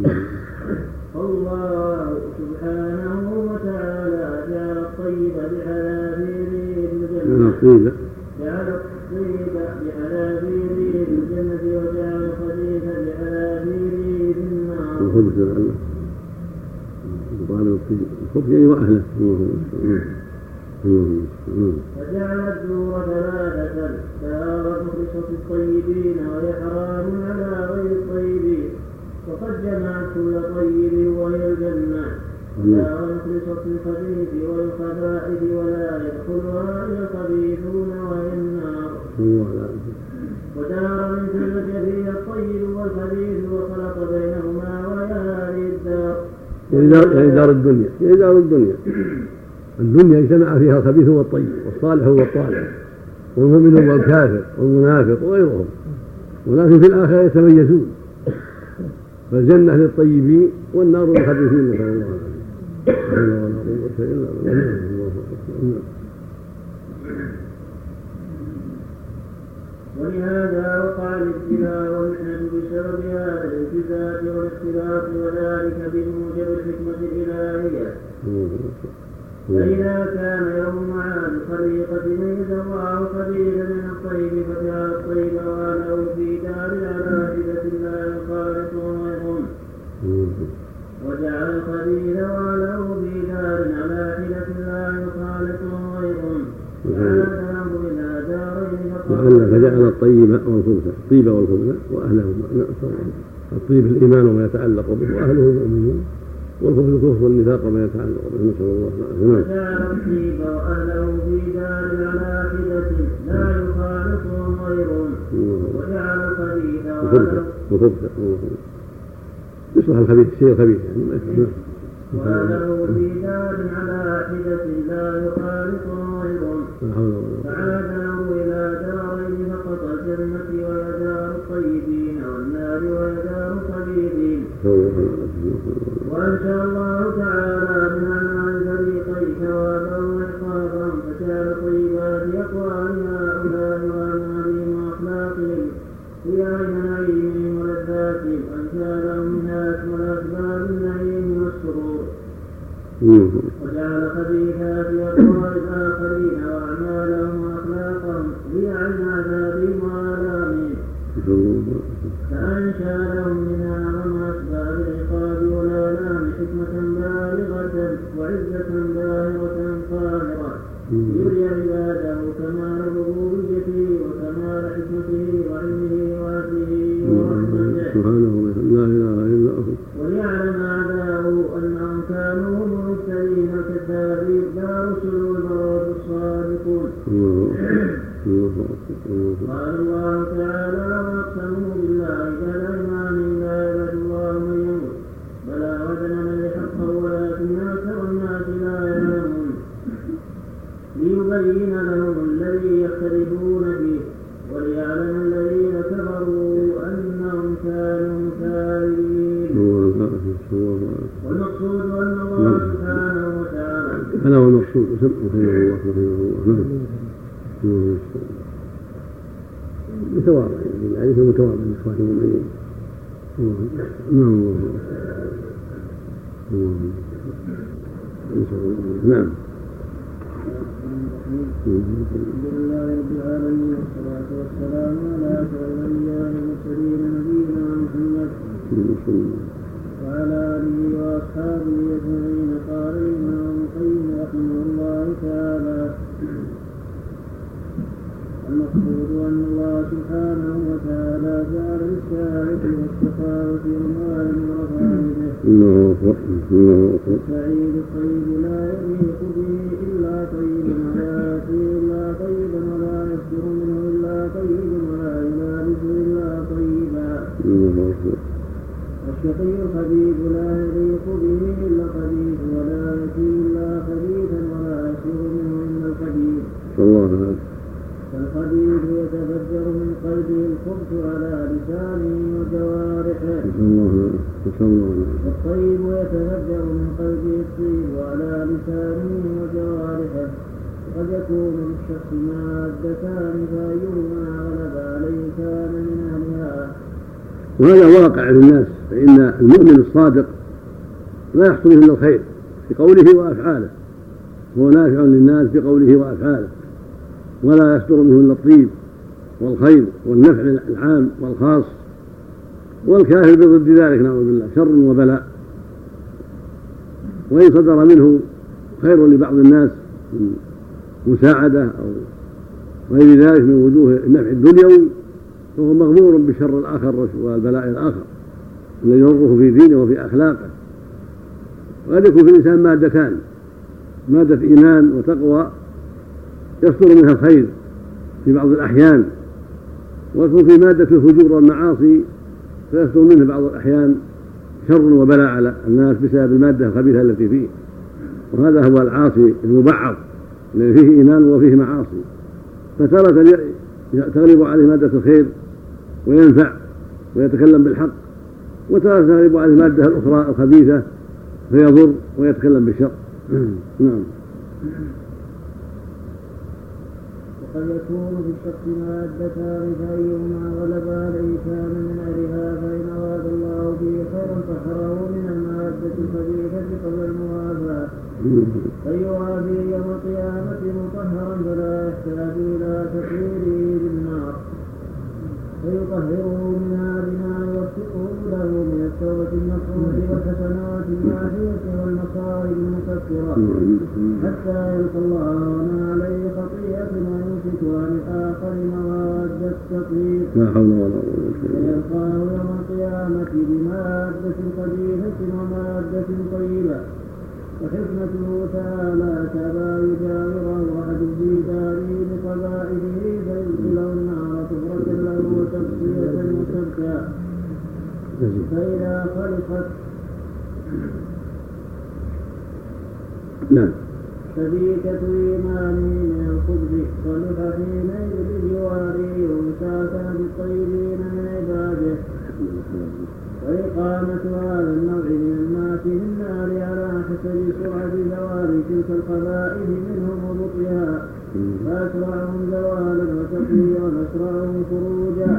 الله سبحانه وتعالى جعل الطيب بحذافيره الجنة جعل الطيب بحذافيره الجنة وجعل الخبيث بحذافيره في النار. الخبث يعني وأهله. فجعل الدور ثلاثة دار مخلصة الطيبين وهي حرام على غير الطيبين وقد جمعت كل طيب وهي الجنة دار مخلصة الخبيث والخبائث ولا يدخلها إلا الخبيثون وهي النار ودار من تزوج فيها الطيب والخبيث وخلق بينهما وهي هذه الدار يعني دار الدنيا الدنيا اجتمع فيها الخبيث والطيب والصالح والطالح والمؤمن والكافر والمنافق وغيرهم ولكن في الآخرة يتميزون فالجنة للطيبين والنار للخبيثين نسأل الله العافية. ولهذا وقع الابتلاء والمحنة بسبب هذا الامتزاج والاختلاف وذلك بموجب الحكمة الإلهية. فإذا كان يوم معاد الخليقة ميز الله الخبيث من الطيب فجعل الطيب وأهله في دار على حدة الله الخالق غيرهم وجعل الخبيث وأهله في دار على حدة الله الخالق غيرهم فعاد الأمر إلى دارين وأن فجعل الطيب والخبث الطيب والخبث وأهلهما الطيب الإيمان وما يتعلق به وأهله المؤمنون والخبث الكفر والنفاق وما يتعلق به نسأل الله العافية. وجعل الطيب وأهله في دار على حدة لا يخالطهم غيرهم وجعل الخبيث والخبث يصلح الخبيث الشيء الخبيث يعني وأهله في دار على حدة لا يخالطهم غيرهم فعاده إلى دارين فقط الجنة وهي دار الطيبين والنار وهي دار الخبيثين. وأنشأ الله تعالى من الفريقين ثوابهم وعقابهم فجعل طيبات أقوال هؤلاء وأعمالهم وأخلاقهم في نعيمهم ولذاتهم وأنشأ لهم منها أكمل أسباب النعيم والسرور وجعل خبيثات أقوال الآخرين وأعمالهم وأخلاقهم ليعن عذابهم وآلامهم فأنشأ لهم من أعظم أسباب العقاب والآلام حكمة بالغة وعزة باهرة قاهرة ليري عباده كمال ربوبيته وكمال حكمته وعلمه وعدله ورحمته سبحانه لا إله إلا هو وليعلم أعداؤه أنهم كانوا هم المبتلين الكذابين لا رسل البرار الصادقون. قال الله تعالى واقسموا بالله جهد أيمانهم لا يعبد الله من يموت بلى وزنا حقا ولكن أكثر الناس لا يعلمون ليبين لهم الذي يختلفون فيه وليعلم الذين كفروا أنهم كانوا كاذبين. والمقصود أن الله سبحانه وتعالى هذا هو المقصود رحمه الله متواضع يعني متواضع من إخوان المؤمنين. نعم. الحمد لله رب العالمين والصلاة والسلام على أشرف الأنبياء والمرسلين نبينا محمد وعلى آله وأصحابه أجمعين. قال الإمام القيم رحمه الله تعالى المقصود أن الله سبحانه وتعالى جعل للسعادة والسخاوة عنوان ورفائده السعيد الطيب لا يليق به إلا طيب ولا يأتي إلا طيبا ولا يصدر منه إلا طيب ولا يلابس إلا طيبا. والشقي الخبيث لا يليق به إلا خبيث ولا يأتي إلا خبيثا ولا يصدر منه إلا الخبيث. فالخبيث يتفجر من قلبه الخبث على لسانه وجوارحه والطيب يتفجر من قلبه الطيب على لسانه وجوارحه. قد يكون للشخص مادتان فأيهما غلب عليه كان من أهلها. وهذا واقع للناس فإن المؤمن الصادق لا يحصل إلا الخير في قوله وأفعاله هو نافع للناس بقوله وأفعاله ولا يصدر منه إلا الطيب والخير والنفع العام والخاص. والكافر بضد ذلك نعوذ بالله شر وبلاء. وإن صدر منه خير لبعض الناس من مساعدة أو غير ذلك من وجوه النفع الدنيوي فهو مغمور بشر الآخر والبلاء الآخر الذي يضره في دينه وفي أخلاقه. وقد يكون في الإنسان مادتان مادة إيمان وتقوى يصدر منها الخير في بعض الأحيان ويكون في مادة الفجور والمعاصي فيصدر منه بعض الأحيان شر وبلاء على الناس بسبب المادة الخبيثة التي فيه. وهذا هو العاصي المبعض الذي فيه إيمان وفيه معاصي فتارة تغلب عليه مادة الخير وينفع ويتكلم بالحق وتارة تغلب عليه المادة الأخرى الخبيثة فيضر ويتكلم بالشر. نعم. وقد يكون في الشخص مادتان فأيهما غلب عليه كان من أهلها فإن أراد الله به خيرا طهره من المادة الخبيثة قبل الموافاة فيوافي يوم القيامة مطهرا فلا يحتاج إلى تطهيره بالنار فيطهره منها بما يوفقه له من التوبة النصوح والحسنات الماحية والمصائب المكفرة حتى يلقى الله وما عليه خطيئة ويمسك عن الآخر مواد التطهير لا حول ولا قوة فيلقاه يوم القيامة بمادة قبيحة ومادة طيبة. وحكمته تعالى كما يجاوره أحد في داره بقبائله فيدخله النار كفرة له وتصفية وسبكا. فإذا خلقت شبيكة إيمانه من الخبز صلح حينئذ بجواره ومساكنة بالطيبين من عباده. وإقامة هذا النوع من الناس في النار على حسب سرعة زوال تلك القبائل منهم وبطئها فأسرعهم زوالا وتقيا وأسرعهم خروجا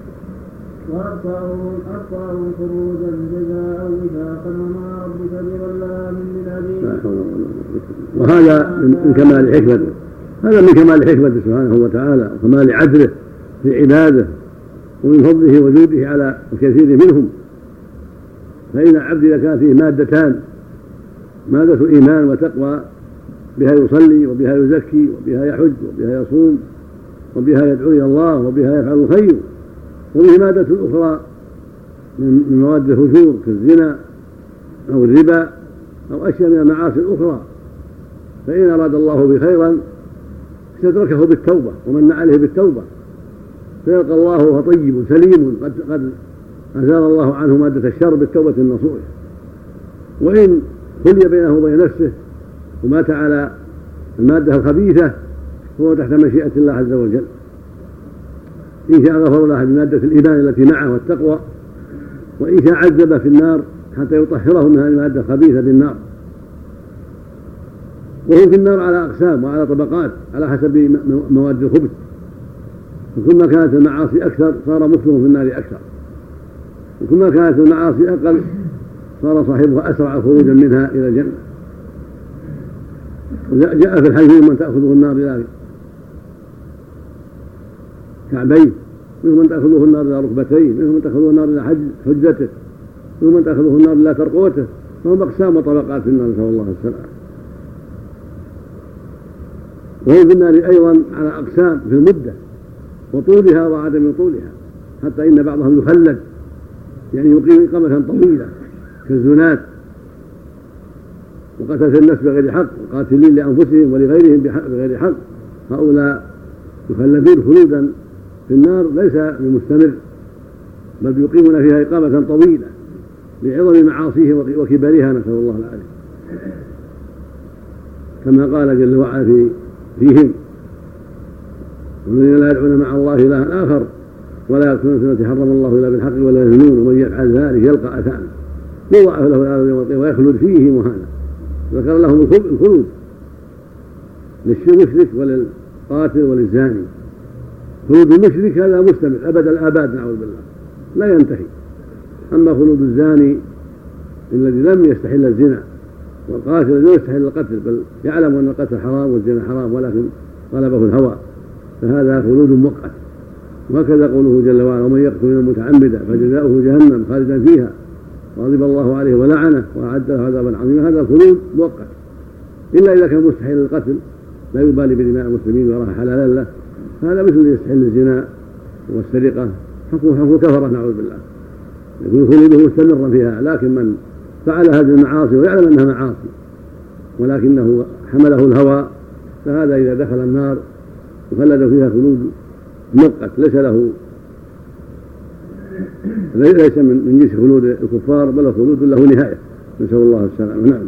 وأبطأهم خروجا جزاء وفاقا وما ربك بظلام للعبيد. وهذا من كمال حكمته، هذا من كمال حكمته سبحانه وتعالى وكمال عدله في عباده ومن فضله وجوده على الكثير منهم. فإن العبد إذا كان فيه مادتان، مادة إيمان وتقوى بها يصلي وبها يزكي وبها يحج وبها يصوم وبها يدعو إلى الله وبها يفعل الخير، وبه مادة أخرى من مواد الفجور كالزنا أو الربا أو أشياء من المعاصي الأخرى، فإن أراد الله به خيرا استدركه بالتوبة ومن عليه بالتوبة فيلقى الله وهو طيب سليم قد أزال الله عنه مادة الشر بالتوبة النصوح. وإن خلي بينه وبين نفسه ومات على المادة الخبيثة هو تحت مشيئة الله عز وجل. إن شاء غفر له بمادة الإيمان التي معه والتقوى، وإن شاء عذب في النار حتى يطهره من هذه المادة الخبيثة بالنار. وهم في النار على أقسام وعلى طبقات على حسب مواد الخبث، وكلما كانت المعاصي أكثر صار مسلم في النار أكثر، وكلما كانت المعاصي أقل صار صاحبها أسرع خروجا منها إلى الجنة. جاء في الحديث من تأخذه النار إلى كعبيه، منهم من تأخذه النار إلى ركبتيه، منهم من تأخذه النار إلى حجته، منهم من تأخذه النار إلى ترقوته، فهم أقسام وطبقات في النار نسأل الله السلامة. وهم في النار أيضا على أقسام في المدة وطولها وعدم طولها، حتى إن بعضهم يخلد يعني يقيم إقامة طويلة كالزنات وقتل النفس بغير حق وقاتلين لأنفسهم ولغيرهم بغير حق، هؤلاء يخلدون خلودا في النار ليس بمستمر، بل يقيمون فيها إقامة طويلة لعظم معاصيهم وكبرها نسأل الله العافية، كما قال جل وعلا فيهم والذين لا يدعون مع الله إلها آخر ولا يقتلون التي حرم الله إلا بالحق ولا يزنون ومن يفعل ذلك يلقى أثاما يضاعف له العذاب يوم القيامة ويخلد فيه مهانا. ذكر لهم الخلود للمشرك وللقاتل وللزاني. خلود المشرك هذا مستمر أبد الآباد نعوذ بالله لا ينتهي، أما خلود الزاني الذي لم يستحل الزنا والقاتل الذي لا يستحل القتل بل يعلم أن القتل حرام والزنا حرام ولكن غلبه الهوى فهذا خلود مؤقت. وهكذا قوله جل وعلا ومن يقتل متعمدا فجزاؤه جهنم خالدا فيها وغضب الله عليه ولعنه وأعد له عذابا عظيما، هذا خلود مؤقت إلا إذا كان مستحيل القتل لا يبالي بدماء المسلمين وراها حلالا له، هذا مثل يستحل الزنا والسرقة حكم كفرة نعوذ بالله يكون خلوده مستمرا فيها. لكن من فعل هذه المعاصي ويعلم أنها معاصي ولكنه حمله الهوى فهذا إذا دخل النار وخلد فيها خلود مؤقت ليس من جنس خلود الكفار بل خلود له نهاية نسأل الله السلامة. نعم.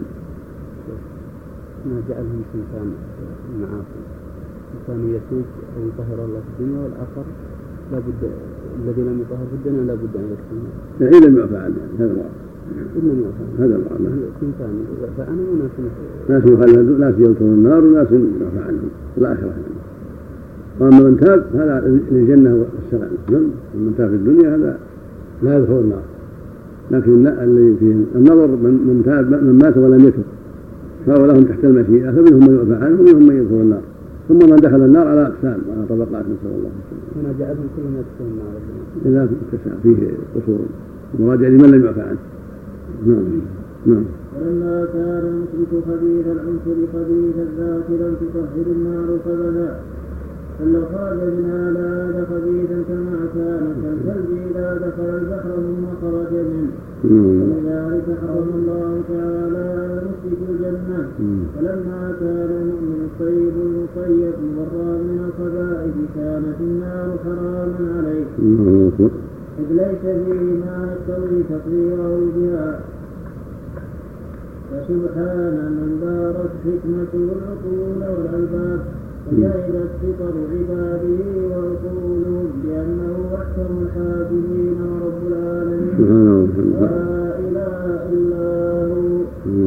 ما جعلهم إنسان المعاصي إنسان يتوب ويطهر الله في الدنيا والآخر لا بد الذي لم يطهر في الدنيا لا بد أن يدخل يعني لم يعفى عنه هذا هذا فأنا ناس يخلدون ناس يدخلون النار وناس يعفى عنهم والآخرة يعني. وأما من تاب هذا للجنة والسلام، من تاب في الدنيا هذا لا يدخل النار، لكن الذي فيه النظر من تاب من مات ولم يتب فهو لهم تحت المشيئة، فمنهم من يعفى عنه ومنهم من يدخل النار، ثم من دخل النار على أقسام وعلى طبقات نسأل الله السلامة. هنا جعلهم كلهم يدخلون النار إذا فيه قصور المراد يعني من لم يعفى عنه. نعم. ولما كان المشرك خبيث العنصر خبيث الذات لم تطهر النار خبثا، فلو خرج منها لعاد خبيثا كما كان كالكلب إذا دخل البحر ثم خرج منه. ولذلك حرم الله تعالى على المشرك الجنة. فلما كان المؤمن الطيب المطيب مبرأ من الخبائث كانت النار حراما عليه، إذ ليس فيه ما يقتضي تطهيره بها. فسبحان من دارت حكمته العقول والألباب وشهدت فطر عباده وعقولهم بأنه أحكم الحاكمين ورب العالمين لا إله إلا هو.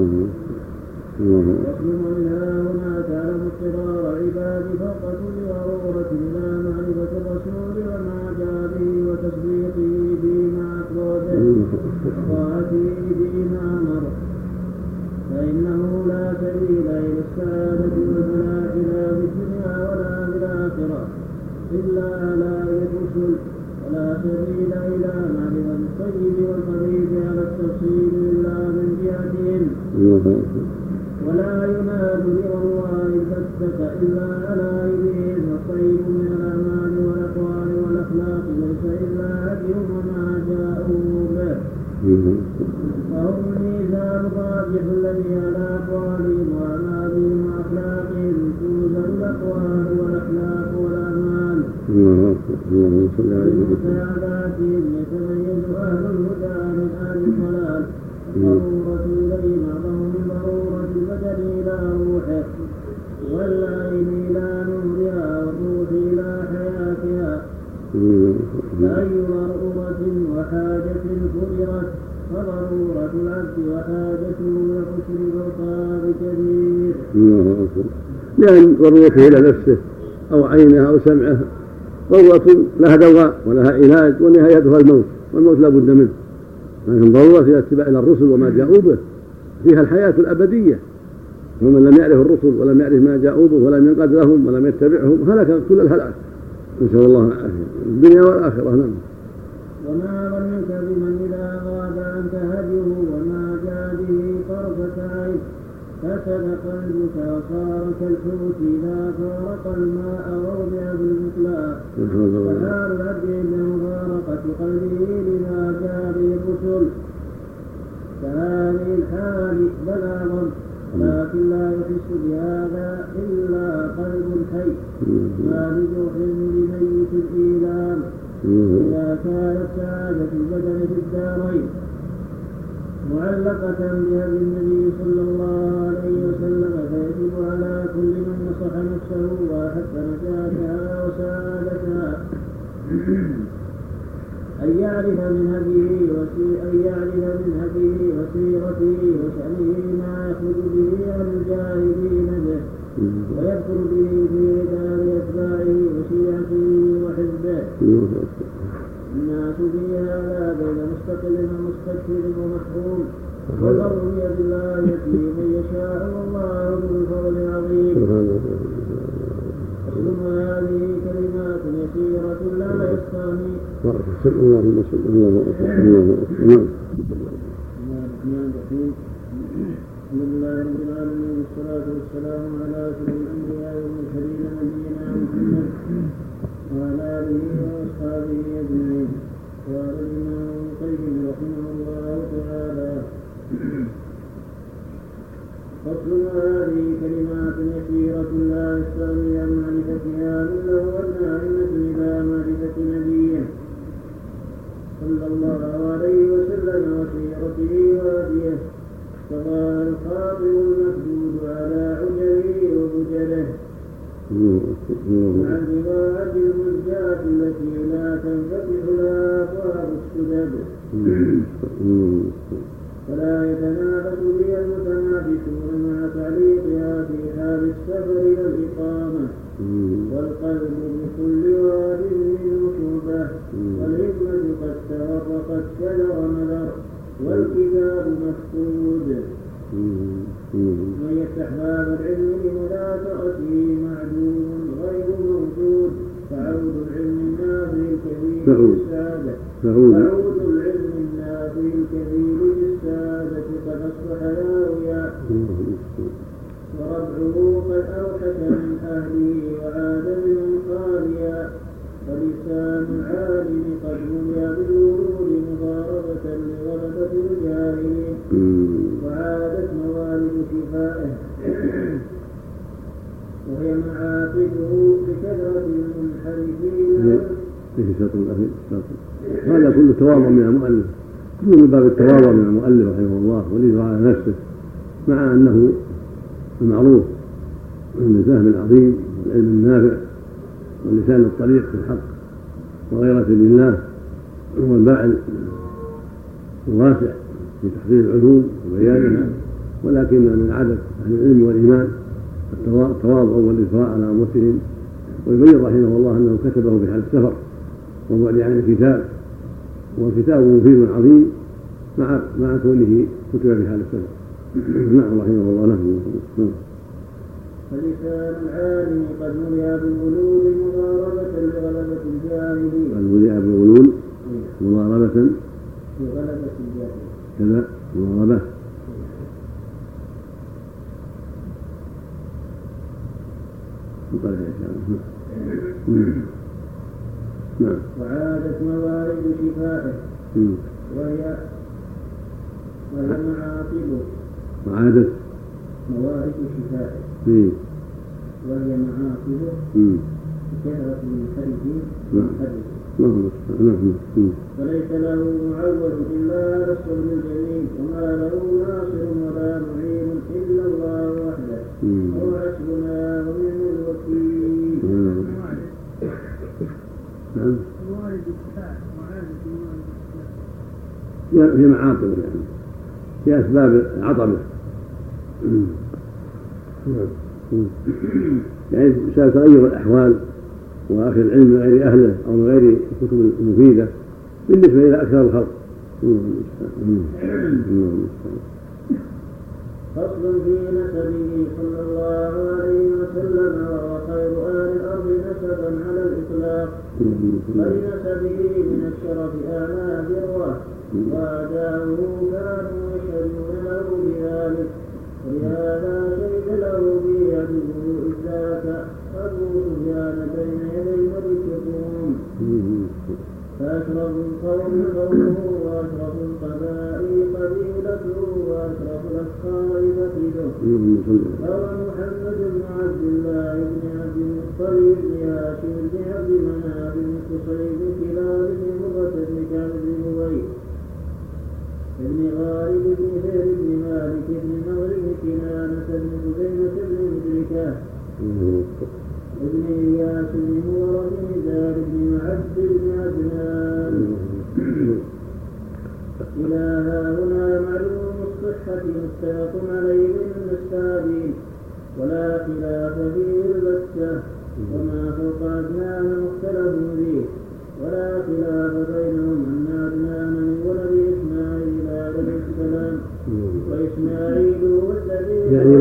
يسلم منها هنا تعلم اضطرار عباد فوق كل ضرورة إلى معرفة الرسول وما جاء به وتصديقه بما أخبر به وطاعته بما أمر، فإنه لا سبيل إلى السعادة والفلاح لا في الدنيا ولا في الآخرة إلا على يد الرسل، ولا سبيل إلى معرفة الطيب والخبيث على التفصيل إلا من جهتهم، ولا ينال رضا الله البتة إلا على يدهم. والطيب من الأعمال والأقوال والأخلاق ليس إلا هديهم وما جاءوا به، وهم الميزان الراجح الذي على أقوالهم وأعمالهم وأخلاقهم توزن الأقوال والأخلاق والأعمال. بمساعداتهم يتميز أهل الهدى من أهل الضلال. الضرورة إليه معظم من ضرورة البدن إلى روحه، والعين إلى نورها، والروح إلى حياتها. فأي ضرورة وحاجة كبرت فضرورة العبد وحاجته للرسل فوقها بكثير. لأن ضرورته إلى نفسه أو عينها أو سمعه ضرورة لها دواء ولها علاج ونهايتها الموت، والموت لا بد منه، لكن ضرورة إلى اتباع الرسل وما جاءوا به فيها الحياة الأبدية. ومن لم يعرف الرسل ولم يعرف ما جاءوا به ولم ينقذ لهم ولم يتبعهم هلك كل الهلاك، نسأل الله العافية الدنيا والآخرة. نعم. وما ظنك بمن إذا غاب عنك هديه وما جاء به طرفة عين فسد قلبك وصار كالحوت إذا فارق الماء ووضع بالمطلق. فحال العبد عند مفارقة قلبه لما جاء به الرسل كهذه الحال بلاغ، لكن لا يحس بهذا إلا قلب حي والد حلم لميت الإيلام. إذا كانت سعادة البدن في الدارين معلقة بهدي النبي صلى الله عليه وسلم فيجب على كل من نصح نفسه وأحب نجاتها وسعادتها أن يعرف من هديه وسيرته وشأنه ما يخرج به عن الجاهلين به ويذكر به في دار أتباعه وشيعته وحزبه. الناس في هذا بين مستقل ومستكثر ومحروم، والفضل بيد الله يأتي من يشاء والله ذو الفضل العظيم. ثم هذه كلمات يسيرة لا يستغني. اللهم صل الله الحمد لله رب العالمين والصلاة والسلام على أشرف الأنبياء والمرسلين نبينا محمد وعلى آله وأصحابه أجمعين. قال الإمام ابن القيم رحمه الله تعالى: فصل هذه كلمات يسيرة لا يستغني عن معرفتها من له والناعمة إلى معرفة نبيه صلى الله عليه وسلم وسيرته وهديه، فقال الخاطب المحدود على عجله وبجله مع الرواية المزجاة التي لا تنفتح لها أبواب السدد فلا يتنافس بها المتنافسون مع تعليقها في حال السفر والإقامة، والقلب بكل واد منه شعبة، والهمة قد تورقت شجر مذر، والكتاب مفقود. من يفتح باب العلم لمذاكرته معدوم غير موجود، فعود العلم النافع الكبير السعادة، فعود العلم النافع الكفيل بالسادة قد أصبح ياويا وربعه قد أوحش من أهله وعاد منهم خاليا فلسان العالم قد مليا بالورود مضاربة لغلبة الجاهلين وعادت موارد شفائه وهي معاقبه بكثرة المنحرفين. هذا كله تواضع من المؤلف، كله من باب التواضع من المؤلف رحمه الله وليس على نفسه، مع أنه المعروف من الفهم العظيم والعلم النافع واللسان الطريق في الحق وغيرة لله والباع الواسع في تحصيل العلوم وبيانها، ولكن من عادة أهل العلم والإيمان التواضع والإثراء على أنفسهم. ويبين رحمه الله أنه كتبه في حال السفر وبعد عن الكتاب، والكتاب مفيد عظيم مع كونه كتب في حال السفر. نعم رحمه الله. نعم. فلسان العالم قد ملئ بالغلول مضاربة لغلبة الجاهلين. قد ملئ بالغلول مضاربة لغلبة الجاهلين. كذا مضاربة. نعم. وعادت موارد شفائه وهي معاقبه. وعادت موارد شفائه وهي معاقبه بكثرة المنحرفين. فليس له معول إلا على الصبر الجميل، وما له ناصر ولا معين إلا الله وحده، هو حسبنا ونعم الوكيل. موارد الشفاء وعادة هي معاقب يعني في أسباب عطبه يعني بسبب تغير الأحوال وأخذ العلم من غير أهله أو من غير الكتب المفيدة بالنسبة إلى أكثر الخلق. فصل في نسبه صلى الله عليه وسلم وهو خير آل الأرض نسبا على الإطلاق، فلنسبه من الشرف أعلى ذروة، وأعداؤه كانوا يشهدون له بذلك، ولهذا شهد له به عدوه إذ ذاك أبو سفيان بين يدي ملك الروم. فأشرف القوم قومه وأشرف القبائل قبيلته وأشرف الأفخار فتده، فهو محمد بن عبد الله بن عبد المطلب بن هاشم بن عبد مناف بن قصي بن كلاب بن مرة بن كعب بن لؤي بن غالب بن فهر بن مالك بن نضر بن كنانة بن خزيمة بن مدركة ابن إياس بن مضر بن زاد بن معد بن عدنان. إلى هنا معلوم الصحة متفق عليه من السابين ولا خلاف فيه البتة، وما فوق عدنان مختلف فيه، ولا خلاف بينهم أن عدنان من ولد إسماعيل عليه السلام، وإسماعيل هو الذي يعني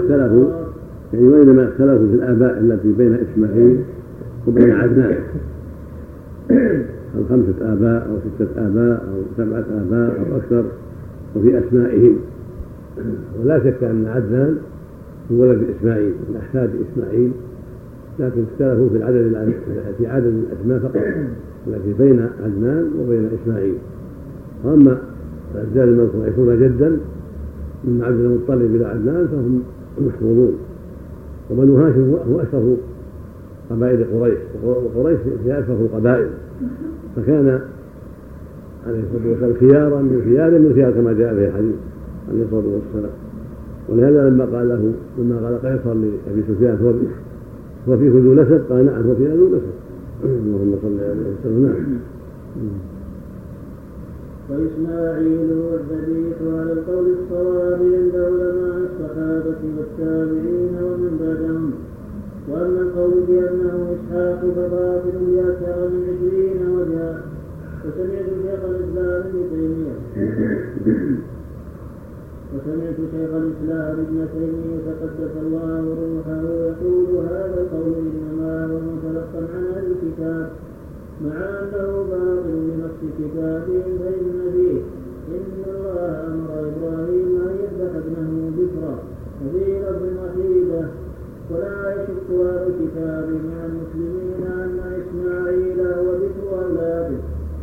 وإنما اختلفوا في الآباء التي بين إسماعيل وبين عدنان، الخمسة آباء أو ستة آباء أو سبعة آباء أو أكثر، وفي أسمائهم. ولا شك أن عدنان هو ولد إسماعيل من أحفاد إسماعيل، لكن اختلفوا في عدد الأسماء فقط التي بين عدنان وبين إسماعيل. وأما الرجال المذكور يكون جدا من عبد المطلب إلى عدنان فهم محفوظون. وبنو هاشم هو أشرف قبائل قريش، وقريش هي أشرف القبائل، فكان عليه الصلاة والسلام خيارا من خيار كما جاء في الحديث عليه الصلاة والسلام. ولهذا لما قال قيصر لأبي سفيان هو فيه ذو نسب، قال نعم هو فيه ذو نسب. اللهم صل عليه وسلم. نعم. وإسماعيل هو الذبيح على القول الصواب عند علماء الصحابة والتابعين ومن بعدهم. وأما القول بأنه إسحاق فباطل بأكثر من 20 وجها. وسمعت شيخ ابن تيمية قدس الله روحه يقول هذا القول إنما هو متلقى عن أهل الكتاب، مع أنه باطل بنص كتابهم، فإن فيه إن الله أمر إبراهيم أن يذبح ابنه بكرا، وفي لفظ وحيدة ولا يشك أهل الكتاب من المسلمين أن إسماعيل هو بكر أولاده.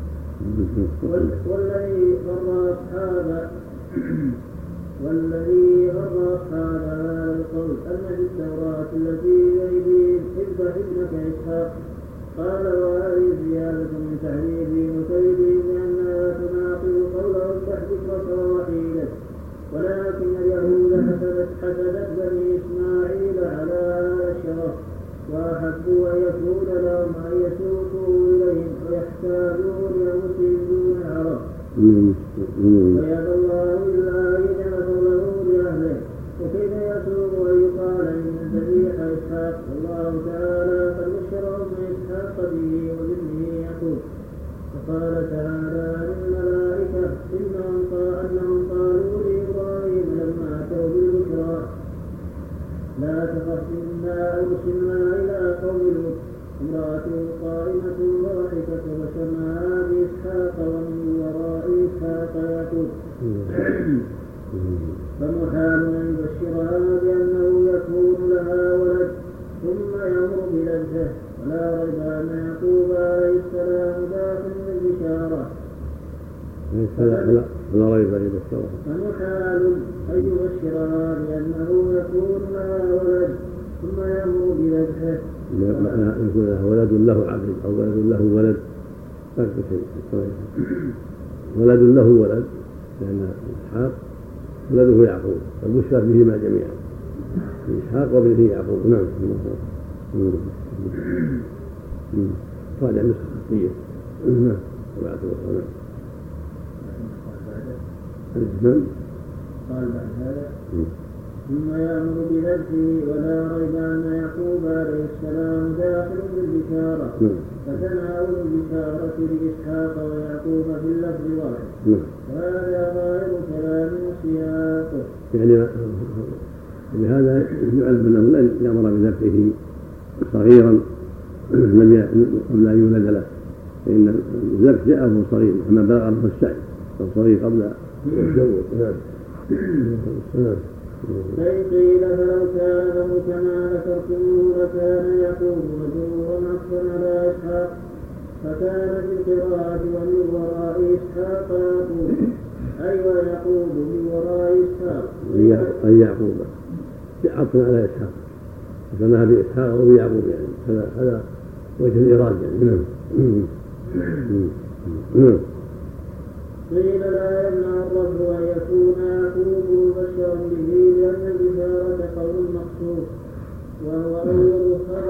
والذي غر أصحاب هذا القول أن في التوراة التي بأيديهم اذبح ابنك إسحاق. قال وهذه زيادة من تحريفهم وكيدهم لأنها تناقض قوله اذبح بكرك ووحيدك. ولكن اليهود حسدت بني إسماعيل على هذا الشرف، وأحبوا أن يكون لهم أن يسوقوا إليهم ويحتاجوا لأنفسهم دون العرب. ويأبى الله إلا أن يجعل فضله لأهله، وكيف يسوق أن يقال إن ذبيح إسحاق والله تعالى قد بشرهم إسحاق به وابنه يعقوب. وقال تعالى عن الملائكة أنهم قالوا لإبراهيم لما أتوا بالبشرى لا تخف إنا أرسلنا إلى قوم لوط امرأته قائمة ضاحكة فبشرناها بإسحاق ومن وراء إسحاق يعقوب. فمحال أن يبشرها بأنه يكون لها ولد ثم يأمر بلده، ولا ريب أن يعقوب عليه السلام داخل بالبشارة. لا ريب أن يبشرها. فمحال أن يبشرها بأنه يكون لها ولد ثم يأمر بلده، يكون لها ولد له عقل أو ولد له ولد لا شيء. ولد له ولد لأن إسحاق ولده يعقوب، فالبشرى بهما جميعا إسحاق وابنه يعقوب. نعم. راجع نسخة خطية. نعم. قال بعد هذا ثم يأمر بذبحه، ولا ريب أن يعقوب عليه السلام داخل بالبشارة، فتناول البشارة لإسحاق ويعقوب في اللفظ واحد. وهذا ظاهر كلام وسياقه. يعني لهذا يعلم أنه لن يأمر بذبحه صغيرا قبل أن يولد له، فإن الذبح جاءه صغير كما بلغ له السعي صغير قبل الزوج. فإن قيل فلو كان له كما ذكرتموه لكان يعقوب مجرورا عطفا على إسحاق، فكان في القراءة ومن وراء إسحاق يعقوب، أي ويعقوب من وراء إسحاق أي يعقوب عطفا على إسحاق، فكانها بإسحاق وبيعقوب، يعني هذا وجه الإيراد يعني. قيل لا يمنع الرب أن يكون يعقوب مبشرا به، لأن البشارة قول مخصوص وهو أول